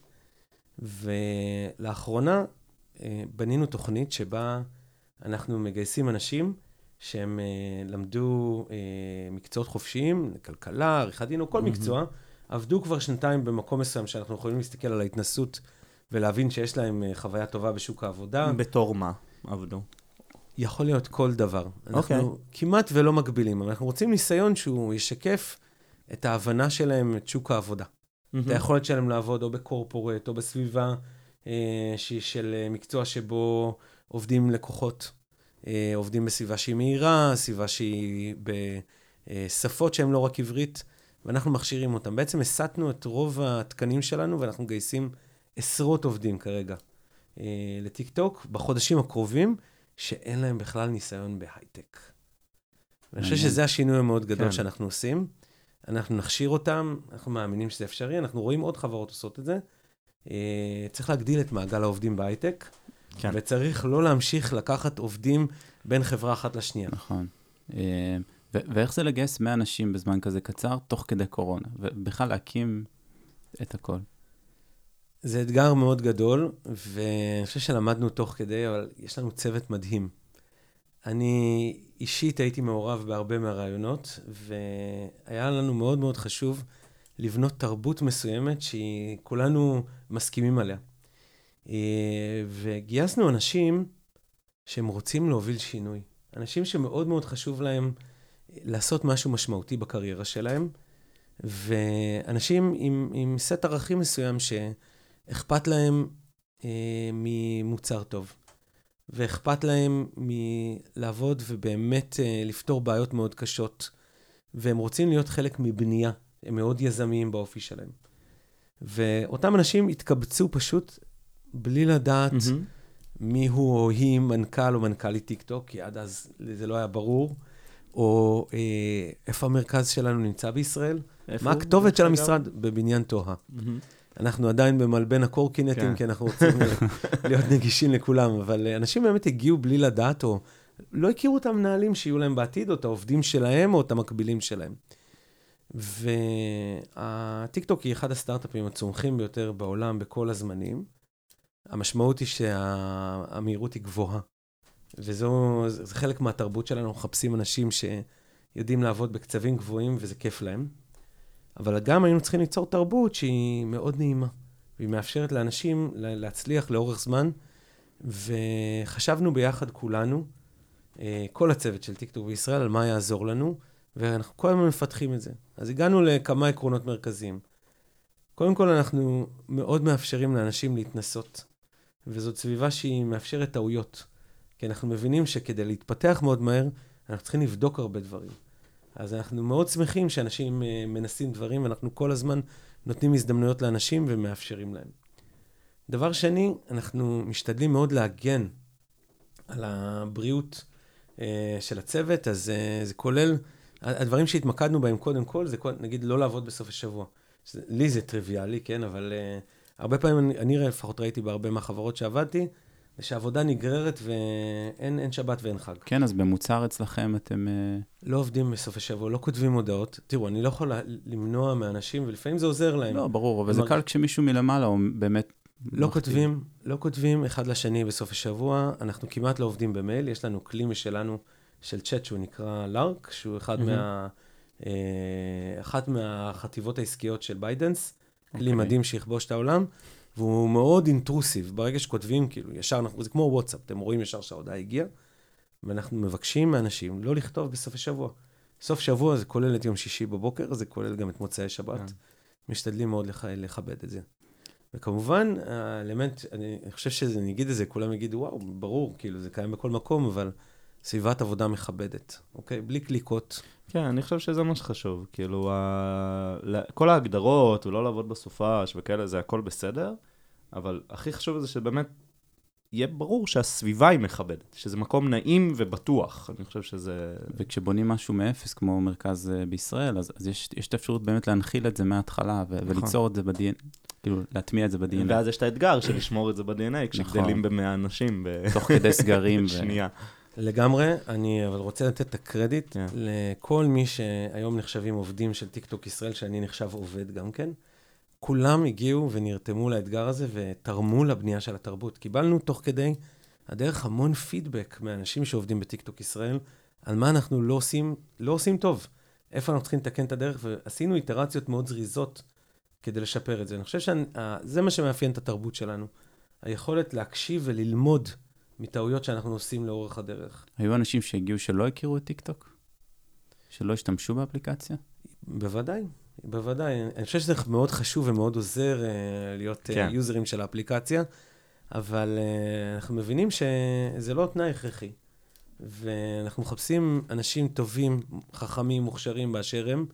ולאחרונה בנינו תוכנית שבה אנחנו מגייסים אנשים שהם למדו מקצועות חופשיים, כלכלה, עריכת דין או כל מקצוע, עבדו כבר שנתיים במקום מסוים שאנחנו יכולים להסתכל על ההתנסות ולהבין שיש להם חוויה טובה בשוק העבודה. בתור מה עבדו? יכול להיות כל דבר. אנחנו כמעט ולא מגבילים, אבל אנחנו רוצים ניסיון שהוא ישקף את ההבנה שלהם את שוק העבודה. את היכולת שלהם לעבוד או בקורפורט או בסביבה שהיא של מקצוע שבו עובדים לקוחות, עובדים בסביבה שהיא מהירה, סביבה שהיא בשפות שהן לא רק עברית, ואנחנו מכשירים אותם. בעצם הסטנו את רוב התקנים שלנו, ואנחנו גייסים עשרות עובדים כרגע לטיק-טוק, בחודשים הקרובים, שאין להם בכלל ניסיון בהייטק. ואני חושב שזה השינוי המאוד גדול שאנחנו עושים. אנחנו נכשיר אותם, אנחנו מאמינים שזה אפשרי, אנחנו רואים עוד חברות עושות את זה. צריך להגדיל את מעגל העובדים בהייטק, וצריך לא להמשיך לקחת עובדים בין חברה אחת לשנייה. נכון. ואיך זה לגייס 100 אנשים בזמן כזה קצר, תוך כדי קורונה, ובכלל להקים את הכל? זה אתגר מאוד גדול, ואני חושב שלמדנו תוך כדי, אבל יש לנו צוות מדהים. אני אישית הייתי מעורב בהרבה מהרעיונות, והיה לנו מאוד מאוד חשוב לבנות תרבות מסוימת שכולנו מסכימים עליה. וגייסנו אנשים שהם רוצים להוביל שינוי. אנשים שמאוד מאוד חשוב להם לעשות משהו משמעותי בקריירה שלהם, ואנשים עם סט ערכים מסוים שאכפת להם ממוצר טוב, ואכפת להם מלעבוד ובאמת לפתור בעיות מאוד קשות, והם רוצים להיות חלק מבנייה, הם מאוד יזמיים באופי שלהם. ואותם אנשים התקבצו פשוט בלי לדעת מי הוא או היא מנכ"ל או מנכ"לית טיק-טוק, כי עד אז זה לא היה ברור, או איפה המרכז שלנו נמצא בישראל, מה הכתובת של המשרד בבניין תוהה. אנחנו עדיין במלבן הקורקינטים, כי אנחנו רוצים להיות נגישים לכולם, אבל אנשים באמת הגיעו בלי לדעת, או לא הכירו את המנהלים שיהיו להם בעתיד, או את העובדים שלהם, או את המקבילים שלהם. והטיק-טוק היא אחד הסטארט-אפים הצומחים ביותר בעולם בכל הזמנים. המשמעות היא שהמהירות היא גבוהה, וזה חלק מהתרבות שלנו, אנחנו מחפשים אנשים שיודעים לעבוד בקצבים גבוהים, וזה כיף להם. אבל גם היינו צריכים ליצור תרבות שהיא מאוד נעימה, והיא מאפשרת לאנשים להצליח לאורך זמן, וחשבנו ביחד כולנו, כל הצוות של טיק-טוק בישראל, על מה יעזור לנו, ואנחנו כל הזמן מפתחים את זה. אז הגענו לכמה עקרונות מרכזיים. קודם כל, אנחנו מאוד מאפשרים לאנשים להתנסות, וזאת סביבה שהיא מאפשרת טעויות, כי אנחנו מבינים שכדי להתפתח מאוד מהר, אנחנו צריכים לבדוק הרבה דברים. אז אנחנו מאוד שמחים שאנשים מנסים דברים, ואנחנו כל הזמן נותנים הזדמנויות לאנשים ומאפשרים להם. דבר שני, אנחנו משתדלים מאוד להגן על הבריאות של הצוות, אז זה כולל, הדברים שהתמקדנו בהם קודם כל, זה נגיד לא לעבוד בסוף השבוע. לי זה טריוויאלי, כן, אבל הרבה פעמים אני לפחות ראיתי בהרבה מהחברות שעבדתי, שהעבודה נגררת ואין שבת ואין חג. כן, אז במוצר אצלכם אתם לא עובדים בסוף השבוע, לא כותבים הודעות. תראו, אני לא יכול למנוע מאנשים, ולפעמים זה עוזר להם. לא, ברור, אבל זה קל כשמישהו מלמעלה, או באמת... לא כותבים אחד לשני בסוף השבוע, אנחנו כמעט לא עובדים במייל, יש לנו כלי משלנו של צ'אט שהוא נקרא לארק, שהוא אחת מהחטיבות העסקיות של ביידנס, כלי מדהים שיכבוש את העולם, והוא מאוד אינטרוסיב. ברגע שכותבים, כאילו, ישר, זה כמו וואטסאפ, אתם רואים ישר שההודעה הגיעה, ואנחנו מבקשים מאנשים לא לכתוב בסוף השבוע. סוף שבוע זה כולל את יום שישי בבוקר, זה כולל גם את מוצאי שבת. משתדלים מאוד לכבד את זה. וכמובן, האלמנט, אני חושב שזה, אני אגיד את זה, כולם יגידו, וואו, ברור, כאילו, זה קיים בכל מקום, אבל סביבת עבודה מכבדת, אוקיי? בלי קליקות. כן, אני חושב שזה מה שחשוב. כאילו, כל ההגדרות, ולא לעבוד בסופש וכאלה, זה הכל בסדר, אבל הכי חשוב זה שבאמת יהיה ברור שהסביבה היא מכבדת, שזה מקום נעים ובטוח. אני חושב שזה... וכשבונים משהו מאפס, כמו מרכז בישראל, אז יש את האפשרות באמת להנחיל את זה מההתחלה, וליצור את זה ב-DNA, כאילו, להטמיע את זה ב-DNA. ואז יש את האתגר של לשמור את זה ב-DNA, כשגדלים ב-100 אנשים. תוך כדי סגרים. שנייה. לגמרי, אני אבל רוצה לתת את הקרדיט לכל מי שהיום נחשבים עובדים של טיק-טוק ישראל, שאני נחשב עובד גם כן. כולם הגיעו ונרתמו לאתגר הזה ותרמו לבנייה של התרבות. קיבלנו תוך כדי הדרך המון פידבק מאנשים שעובדים בטיק-טוק ישראל, על מה אנחנו לא עושים טוב, איפה אנחנו צריכים לתקן את הדרך, ועשינו איטרציות מאוד זריזות כדי לשפר את זה. אני חושב שזה מה שמאפיין את התרבות שלנו, היכולת להקשיב וללמוד מטעויות שאנחנו עושים לאורך הדרך. היו אנשים שהגיעו שלא הכירו את טיק-טוק? שלא השתמשו באפליקציה? בוודאי. בוודאי, אני חושב שזה מאוד חשוב ומאוד עוזר להיות יוזרים של האפליקציה, אבל אנחנו מבינים שזה לא תנאי הכרחי, ואנחנו מחפשים אנשים טובים, חכמים, מוכשרים באשר הם,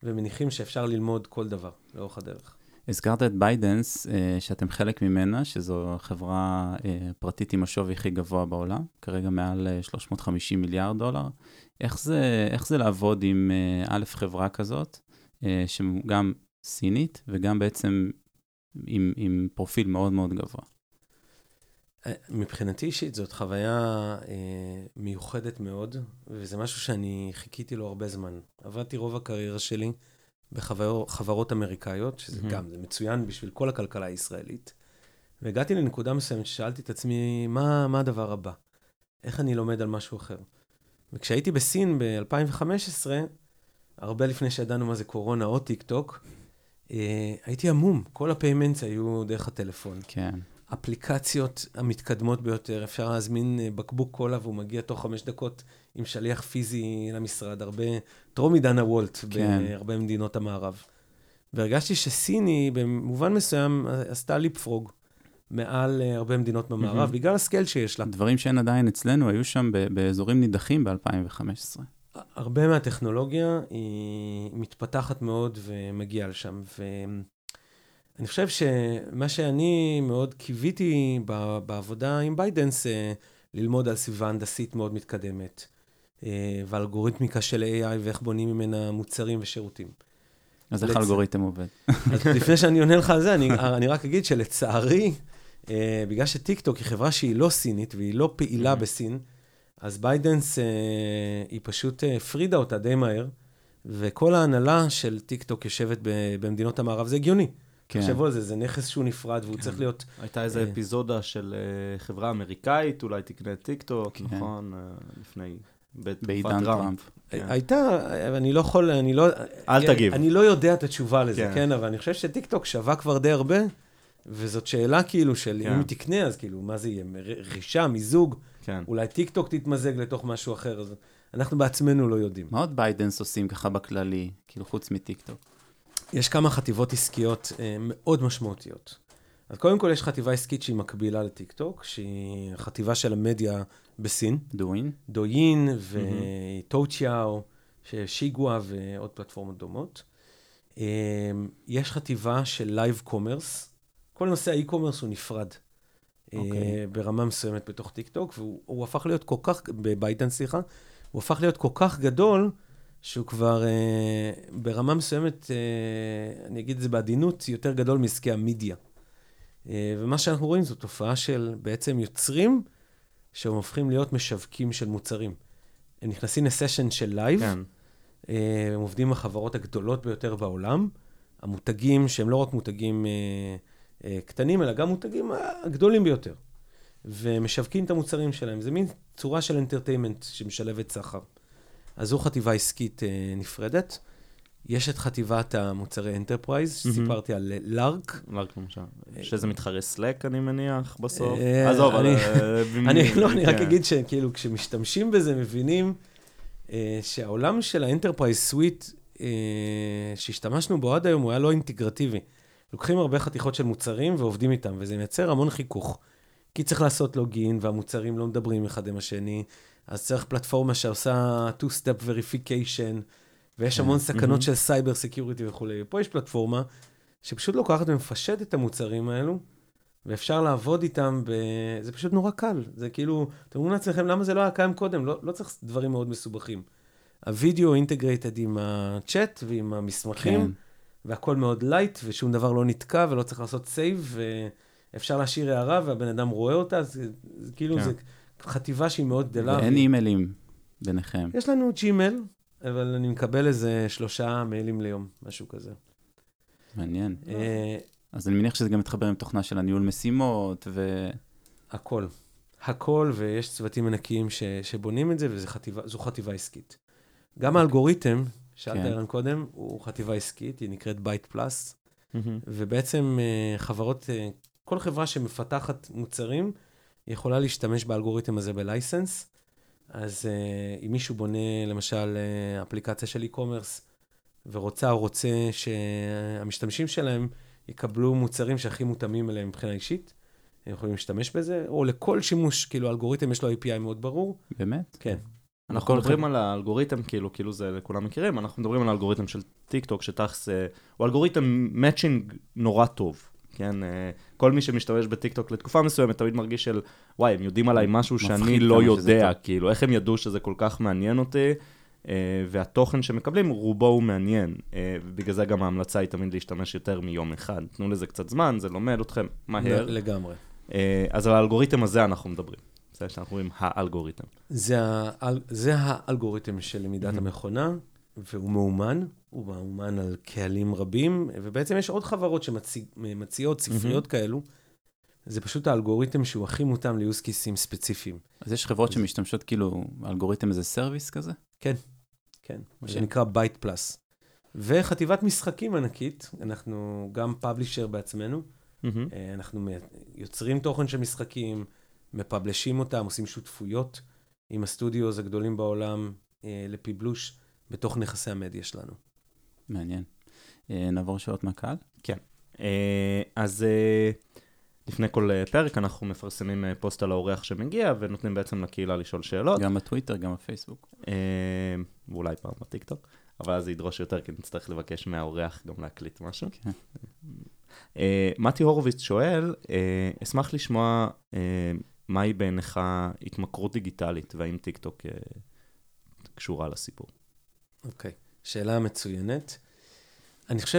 ומניחים שאפשר ללמוד כל דבר לאורך הדרך. הזכרת את ביידנס, שאתם חלק ממנה, שזו חברה פרטית עם השווי הכי גבוה בעולם, כרגע מעל 350 מיליארד דולר. איך זה לעבוד עם חברה כזאת, שגם סינית, וגם בעצם עם פרופיל מאוד מאוד גבוה? מבחינתי אישית, זאת חוויה מיוחדת מאוד, וזה משהו שאני חיכיתי לו הרבה זמן. עבדתי רוב הקריירה שלי בחברות אמריקאיות, שזה גם, זה מצוין בשביל כל הכלכלה הישראלית. והגעתי לנקודה מסוימת ששאלתי את עצמי, מה הדבר הבא? איך אני לומד על משהו אחר? וכשהייתי בסין ב-2015, הרבה לפני שידענו מה זה קורונה או טיק טוק, הייתי עמום. כל הפיימנטס היו דרך הטלפון. כן. אפליקציות המתקדמות ביותר, אפשר להזמין בקבוק קולה, והוא מגיע תוך 5 דקות עם שליח פיזי למשרד, הרבה טרום עידן הוולט, בהרבה מדינות המערב. והרגשתי שסיני, במובן מסוים, עשתה ליפפרוג מעל הרבה מדינות במערב, בגלל הסקייל שיש לה. דברים שאין עדיין אצלנו, היו שם באזורים נידחים ב-2015. הרבה מהטכנולוגיה היא מתפתחת מאוד ומגיעה לשם, אני חושב שמה שאני מאוד קיוויתי בעבודה עם ביידנס, ללמוד על סביבה הנדסית מאוד מתקדמת, ואלגוריתמיקה של AI ואיך בונים ממנה מוצרים ושירותים. אז איך האלגוריתם עובד? אז לפני שאני עונה לך על זה, אני רק אגיד שלצערי, בגלל שטיק טוק היא חברה שהיא לא סינית והיא לא פעילה בסין, אז ביידנס היא פשוט הפרידה אותה די מהר, וכל ההנהלה של טיק טוק יושבת במדינות המערב, זה הגיוני. תחשבו על זה, זה נכס שהוא נפרד, והוא צריך להיות... הייתה איזו אפיזודה של חברה אמריקאית, אולי תקנה טיק טוק, נכון? לפני... בעידן טראמפ. הייתה, אני לא יכול, אל תגיב. אני לא יודע את התשובה לזה, כן? אבל אני חושב שטיק טוק שווה כבר די הרבה, וזאת שאלה כאילו של אם היא תקנה, אז כאילו, מה זה יהיה? רישה, מיזוג? אולי טיק טוק תתמזג לתוך משהו אחר, אז אנחנו בעצמנו לא יודעים. מה עוד ביידנס עושים ככה בכללי, כאילו חוץ מטיק טוק? יש כמה חטיבות עסקיות מאוד משמעותיות. אז קודם כל יש חטיבה עסקית שהיא מקבילה לטיק טוק, שהיא חטיבה של המדיה בסין. דויין וטוצ'יאו, שיגווה ועוד פלטפורמות דומות. יש חטיבה של לייב קומרס. כל נושא האי-קומרס הוא נפרד. ברמה מסוימת בתוך טיק טוק, והוא הפך להיות כל כך, בביידנס סליחה, הוא הפך להיות כל כך גדול, שהוא כבר ברמה מסוימת, אני אגיד את זה בעדינות, יותר גדול מעסקי המדיה. ומה שאנחנו רואים זו תופעה של בעצם יוצרים, שהם הופכים להיות משווקים של מוצרים. הם נכנסים לסשן של לייב, הם עובדים עם החברות הגדולות ביותר בעולם, המותגים שהם לא רק מותגים קטנים, אלא גם מותגים הגדולים ביותר. ומשווקים את המוצרים שלהם. זה מין צורה של אנטרטיימנט שמשלבת סחר. אז זו חטיבה עסקית נפרדת. יש את חטיבת המוצרי אנטרפרייז, שסיפרתי על לארק. לארק למשל. שזה מתחרה סלק, אני מניח, בסוף. עזוב, אני רק אגיד שכאילו, כשמשתמשים בזה, מבינים שהעולם של האנטרפרייז סוויט, שהשתמשנו בו עד היום, הוא היה לא אינטגרטיבי. לוקחים הרבה חתיכות של מוצרים ועובדים איתם, וזה מייצר המון חיכוך. כי צריך לעשות לוגין, והמוצרים לא מדברים אחד עם השני, אז צריך פלטפורמה שעושה two-step verification, ויש המון סכנות של סייבר סקיוריטי וכו'. פה יש פלטפורמה שפשוט לוקחת ומפשט את המוצרים האלו, ואפשר לעבוד איתם, זה פשוט נורא קל. זה כאילו, אתם אומרים לעצמכם, למה זה לא היה קיים קודם? לא צריך דברים מאוד מסובכים. הווידאו אינטגרייטד עם הצ'אט ועם המסמכים, והכל מאוד לייט, ושום דבר לא נתקע, ולא צריך לעשות סייב, ואפשר להשאיר הערה, והבן אדם רואה אותה, זה כאילו, זה חטיבה שהיא מאוד גדולה. ואין אימיילים ביניכם. יש לנו ג'ימייל, אבל אני מקבל איזה 3 מיילים ליום, משהו כזה. מעניין. אז אני מניח שזה גם מתחבר עם תוכנה של הניהול משימות, הכל. הכל, ויש צוותים ענקיים שבונים את זה, וזו חטיבה עסקית. גם האלגוריתם, שאלת ערן קודם, הוא חטיבה עסקית, היא נקראת בייט פלאס, ובעצם חברות, כל חברה שמפתחת מוצרים, יכולה להשתמש באלגוריתם הזה בלייסנס, אז אם מישהו בונה למשל אפליקציה של e-commerce, ורוצה או רוצה שהמשתמשים שלהם יקבלו מוצרים שהכי מותאמים אליהם מבחינה אישית, הם יכולים להשתמש בזה, או לכל שימוש, כאילו האלגוריתם יש לו API מאוד ברור. באמת? כן. אנחנו מדברים על האלגוריתם, כאילו זה לכולם מכירים, אנחנו מדברים על האלגוריתם של טיקטוק, שתכלס הוא אלגוריתם מאצ'ינג נורא טוב. כן, כל מי שמשתמש בטיקטוק לתקופה מסוימת תמיד מרגיש של, וואי, הם יודעים עליי משהו שאני לא יודע, כאילו, איך הם ידעו שזה כל כך מעניין אותי, והתוכן שמקבלים רובו הוא מעניין, ובגלל זה גם ההמלצה היא תמיד להשתמש יותר מיום אחד. תנו לזה קצת זמן, זה לומד אתכם מהר. לגמרי. אז על האלגוריתם הזה אנחנו מדברים. זה שאנחנו רואים האלגוריתם. זה האלגוריתם של למידת המכונה, והוא מאומן, הוא מאומן על קהלים רבים, ובעצם יש עוד חברות שמציעות ספריות כאלו, זה פשוט האלגוריתם שהוא הכי מותאם ל-use cases ספציפיים. אז יש חברות שמשתמשות כאילו, האלגוריתם איזה סרוויס כזה? כן, כן, מה שנקרא בייט פלאס. וחטיבת משחקים ענקית, אנחנו גם פאבלישר בעצמנו, אנחנו יוצרים תוכן של משחקים, מפבלשים אותם, עושים שותפויות עם הסטודיוס הגדולים בעולם לפיבלוש בתוך נכסי המדיה שלנו. מעניין. נעבור שעות מהקהל? כן. אז לפני כל פרק אנחנו מפרסמים פוסט על האורח שמגיע, ונותנים בעצם לקהילה לשאול שאלות. גם בטוויטר, גם בפייסבוק. ואולי פעם בטיקטוק, אבל אז זה ידרוש יותר, כי נצטרך לבקש מהאורח גם להקליט משהו. כן. מתי הורוביץ שואל, אשמח לשמוע מהי בעיניך התמכרות דיגיטלית, והאם טיקטוק קשורה לסיפור. אוקיי, שאלה מצוינת. אני חושב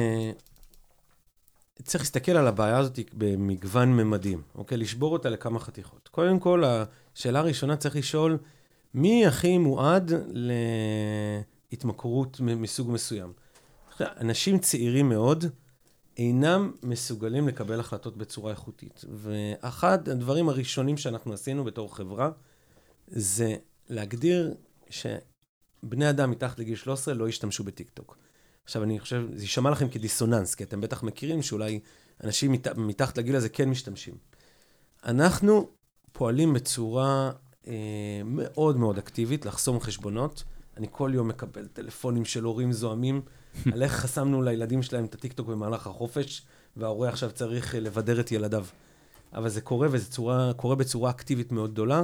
צריך להסתכל על הבעיה הזאת במגוון ממדים, אוקיי? לשבור אותה לכמה חתיכות. קודם כל, השאלה הראשונה צריך לשאול, מי הכי מועד להתמכרות מסוג מסוים? אנשים צעירים מאוד אינם מסוגלים לקבל החלטות בצורה איכותית. ואחד הדברים הראשונים שאנחנו עשינו בתור חברה, זה להגדיר שבני אדם מתחת לגיל 13 לא ישתמשו בטיקטוק. עכשיו, אני חושב, זה יישמע לכם כדיסוננס, כי אתם בטח מכירים שאולי אנשים מתחת לגיל הזה כן משתמשים. אנחנו פועלים בצורה מאוד מאוד אקטיבית, לחסום חשבונות. אני כל יום מקבל טלפונים של הורים זוהמים, על איך חסמנו לילדים שלהם את הטיקטוק במהלך החופש, וההורה עכשיו צריך לבדר את ילדיו. אבל זה קורה, וזה קורה בצורה אקטיבית מאוד גדולה,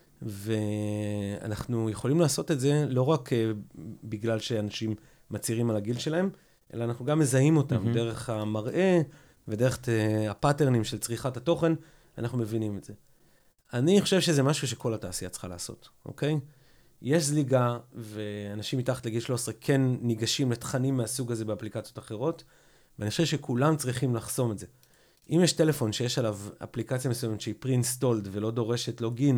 ואנחנו יכולים לעשות את זה לא רק בגלל שאנשים מצהירים על הגיל שלהם, אלא אנחנו גם מזהים אותם דרך המראה, ודרך הפאטרנים של צריכת התוכן, אנחנו מבינים את זה. אני חושב שזה משהו שכל התעשייה צריכה לעשות, אוקיי? יש זליגה, ואנשים מתחת לגיל 13 כן ניגשים לתכנים מהסוג הזה באפליקציות אחרות, ואני חושב שכולם צריכים לחסום את זה. אם יש טלפון שיש עליו אפליקציה מסוימת שהיא pre-installed ולא דורשת לוגין,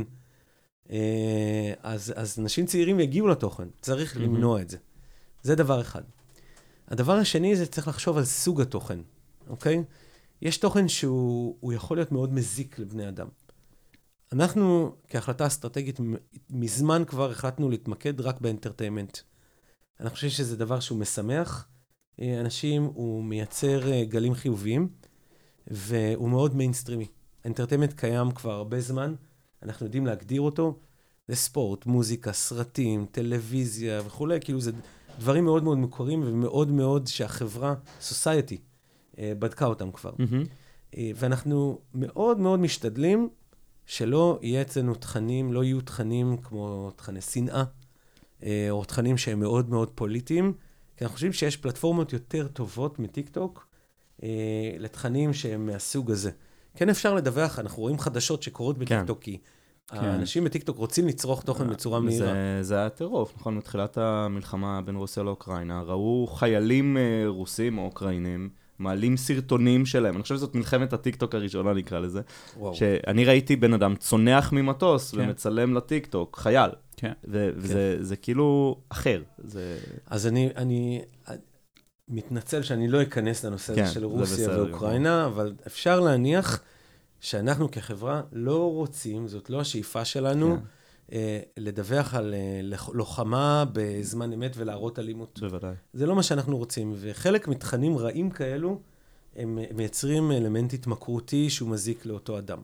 אז אנשים צעירים יגיעו לתוכן, צריך למנוע את זה. זה דבר אחד. הדבר השני זה צריך לחשוב על סוג התוכן, אוקיי? יש תוכן שהוא יכול להיות מאוד מזיק לבני אדם. אנחנו, כהחלטה אסטרטגית, מזמן כבר החלטנו להתמקד רק באנטרטיימנט. אני חושב שזה דבר שהוא משמח אנשים, הוא מייצר גלים חיוביים, והוא מאוד מיינסטרימי. האנטרטיימנט קיים כבר הרבה זמן, אנחנו יודעים להגדיר אותו, זה ספורט, מוזיקה, סרטים, טלוויזיה וכו', כאילו זה דברים מאוד מאוד מוכרים, ומאוד מאוד שהחברה, סוסייטי, בדקה אותם כבר. ואנחנו מאוד מאוד משתדלים, שלא יהיה אצלנו תכנים, לא יהיו תכנים כמו תכני שנאה, או תכנים שהם מאוד מאוד פוליטיים, כי אנחנו חושבים שיש פלטפורמות יותר טובות מטיקטוק, לתכנים שהם מהסוג הזה. כן אפשר לדווח, אנחנו רואים חדשות שקורות בטיקטוק, כי האנשים בטיקטוק רוצים לצרוך תוכן בצורה מהירה. זה הטירוף, נכון? מתחילת המלחמה בין רוסיה לאוקראינה, ראו חיילים רוסים או אוקראינים, מעלים סרטונים שלהם. אני חושב שזאת מלחמת הטיקטוק הראשונה, נקרא לזה. שאני ראיתי בן אדם צונח ממטוס ומצלם לטיקטוק, חייל. וזה כאילו אחר. אז אני מתנצל שאני לא אכנס לנושא הזה של רוסיה ואוקראינה, אבל אפשר להניח שאנחנו כחברה לא רוצים, זאת לא השאיפה שלנו, לדווח על לוחמה בזמן אמת ולהראות אלימות. בוודאי. זה לא מה שאנחנו רוצים, וחלק מתכנים רעים כאלו, הם מייצרים אלמנט התמכרותי שהוא מזיק לאותו אדם.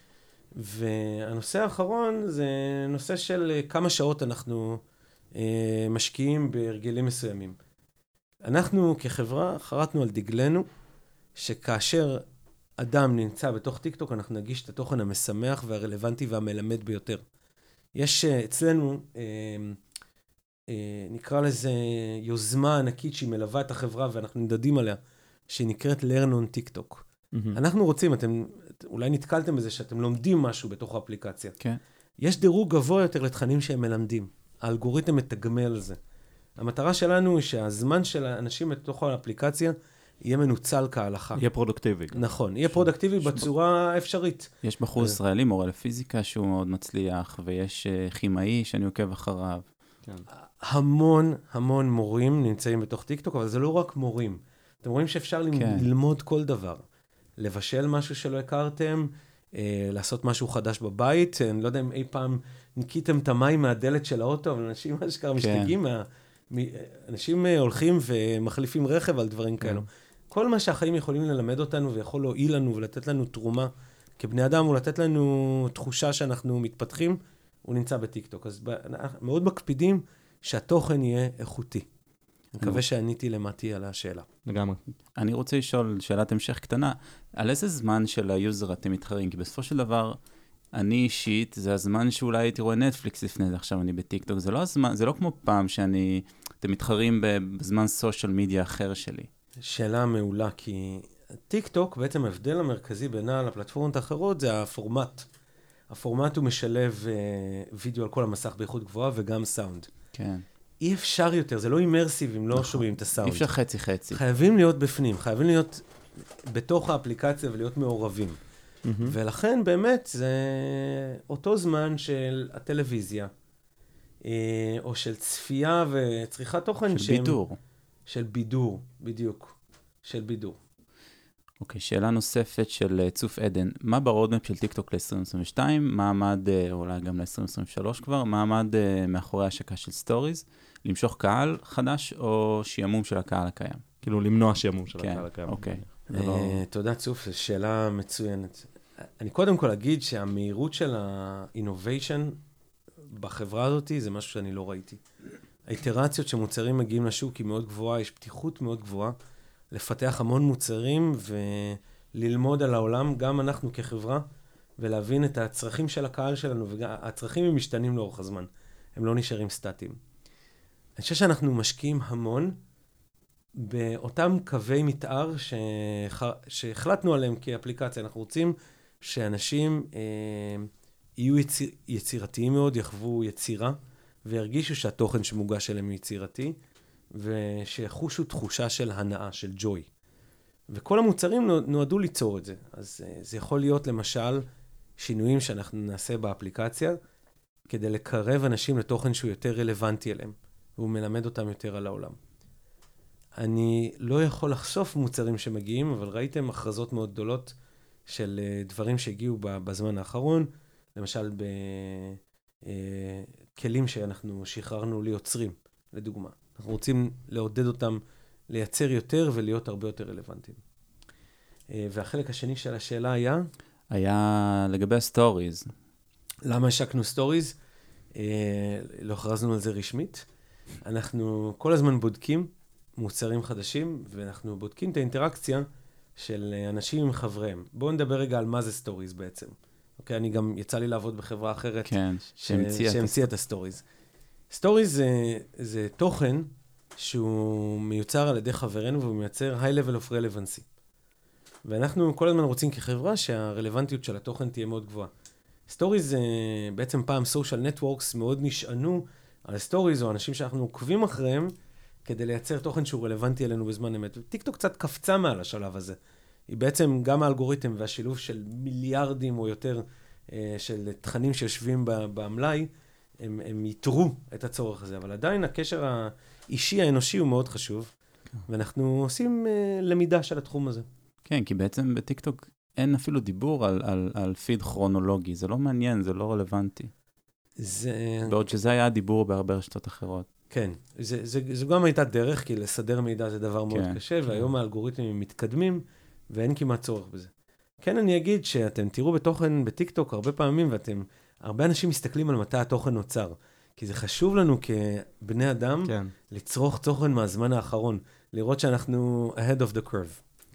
והנושא האחרון זה נושא של כמה שעות אנחנו משקיעים בהרגלים מסוימים. אנחנו כחברה חרטנו על דגלנו, שכאשר אדם נמצא בתוך טיקטוק, אנחנו נגיש את התוכן המשמח והרלוונטי והמלמד ביותר. יש אצלנו, נקרא לזה יוזמה ענקית שהיא מלווה את החברה, ואנחנו נדדים עליה, שהיא נקראת Learn on TikTok. אנחנו רוצים, אתם אולי נתקלתם בזה שאתם לומדים משהו בתוך האפליקציה. כן. יש דירוג גבוה יותר לתכנים שהם מלמדים. האלגוריתם מתגמל על זה. המטרה שלנו היא שהזמן של האנשים בתוך האפליקציה יהיה מנוצל כהלכה. יהיה פרודוקטיבי. נכון, יהיה פרודוקטיבי בצורה האפשרית. יש בחור ישראלי, מורה לפיזיקה, שהוא מאוד מצליח, ויש כימאי שאני עוקב אחריו. המון מורים נמצאים בתוך טיקטוק, אבל זה לא רק מורים. אתם רואים שאפשר ללמוד כל דבר. לבשל משהו שלא הכרתם, לעשות משהו חדש בבית. אני לא יודע אם אי פעם ניקיתם את המים מהדלת של האוטו, אבל אנשים אשכרה משתגעים, אנשים הולכים ומחליפים רכב על דברים כאלו. כל מה שהחיים יכולים ללמד אותנו ויכול להועיל לנו ולתת לנו תרומה כבני אדם, ולתת לנו תחושה שאנחנו מתפתחים, הוא נמצא בטיקטוק. אז מאוד מקפידים שהתוכן יהיה איכותי. אני מקווה שעניתי למתי על השאלה. לגמרי. אני רוצה לשאול שאלת המשך קטנה, על איזה זמן של היוזר אתם מתחרים? כי בסופו של דבר, אני אישית, זה הזמן שאולי הייתי רואה נטפליקס לפני זה, עכשיו אני בטיקטוק, זה לא הזמן, זה לא כמו פעם אתם מתחרים בזמן סושיאל מדיה אחר שלי. שאלה מעולה, כי טיקטוק, בעצם ההבדל המרכזי בינה לפלטפורמות האחרות, זה הפורמט. הפורמט הוא משלב וידאו על כל המסך באיכות גבוהה וגם סאונד. כן. אי אפשר יותר, זה לא אימרסיב אם לא שומעים את הסאונד. אי אפשר חצי-חצי. חייבים להיות בפנים, חייבים להיות בתוך האפליקציה ולהיות מעורבים. ולכן באמת זה אותו זמן של הטלוויזיה, או של צפייה וצריכת תוכן. של בידור. של בידור, בדיוק. של בידור. אוקיי, שאלה נוספת של צוף עדן. מה ברודמפ של טיקטוק ל-2022? מה עמד, אולי גם ל-2023 כבר? מה עמד מאחורי השקה של סטוריז? למשוך קהל חדש או שימום של הקהל הקיים? כאילו למנוע שימום של הקהל הקיים. אוקיי. תודה צוף, זו שאלה מצוינת. אני קודם כל אגיד שהמהירות של ה-innovation בחברה הזאת זה משהו שאני לא ראיתי. האיטרציות שמוצרים מגיעים לשוק היא מאוד גבוהה, יש פתיחות מאוד גבוהה לפתח המון מוצרים וללמוד על העולם, גם אנחנו כחברה, ולהבין את הצרכים של הקהל שלנו, והצרכים הם משתנים לאורך הזמן, הם לא נשארים סטטיים. אני חושב שאנחנו משקיעים המון באותם קווי מתאר שהחלטנו עליהם כאפליקציה. אנחנו רוצים שאנשים יהיו יצירתיים מאוד, יחוו יצירה, וירגישו שהתוכן שמוגש אליהם יצירתי, ושיחושו תחושה של הנאה, של ג'וי. וכל המוצרים נועדו ליצור את זה. אז זה יכול להיות למשל שינויים שאנחנו נעשה באפליקציה, כדי לקרב אנשים לתוכן שהוא יותר רלוונטי אליהם, והוא מלמד אותם יותר על העולם. אני לא יכול לחשוף מוצרים שמגיעים, אבל ראיתם הכרזות מאוד גדולות של דברים שהגיעו בזמן האחרון, למשל בכלים שאנחנו שחררנו ליוצרים, לדוגמה. אנחנו רוצים לעודד אותם לייצר יותר ולהיות הרבה יותר רלוונטיים. והחלק השני של השאלה היה לגבי הסטוריז. למה השקנו סטוריז? לא הכרזנו על זה רשמית. אנחנו כל הזמן בודקים מוצרים חדשים, ואנחנו בודקים את האינטראקציה של אנשים עם חבריהם. בואו נדבר רגע על מה זה סטוריז בעצם. אוקיי, אני גם יצא לי לעבוד בחברה אחרת, כן, שהמציאה את הסטוריז. סטוריז זה תוכן שהוא מיוצר על ידי חברינו, והוא מייצר high level of relevancy. ואנחנו כל הזמן רוצים כחברה שהרלוונטיות של התוכן תהיה מאוד גבוהה. סטוריז זה בעצם פעם social networks מאוד נשענו על סטוריז, או אנשים שאנחנו עוקבים אחריהם, כדי לייצר תוכן שהוא רלוונטי אלינו בזמן אמת. טיקטוק קצת קפצה מעל השלב הזה. היא בעצם גם האלגוריתם והשילוב של מיליארדים או יותר של תכנים שיושבים במלאי, הם יתרו את הצורך הזה. אבל עדיין הקשר האישי האנושי הוא מאוד חשוב, ואנחנו עושים למידה של התחום הזה. כן, כי בעצם בטיקטוק אין אפילו דיבור על פיד כרונולוגי. זה לא מעניין, זה לא רלוונטי. בעוד שזה היה הדיבור בהרבה רשתות אחרות. כן, זו גם הייתה דרך, כי לסדר מידע זה דבר מאוד קשה, והיום האלגוריתמים מתקדמים, ואין כמעט צורך בזה. כן, אני אגיד שאתם תראו בתוכן בטיקטוק הרבה פעמים, הרבה אנשים מסתכלים על מתי התוכן נוצר, כי זה חשוב לנו כבני אדם, לצרוך תוכן מהזמן האחרון, לראות שאנחנו ahead of the curve.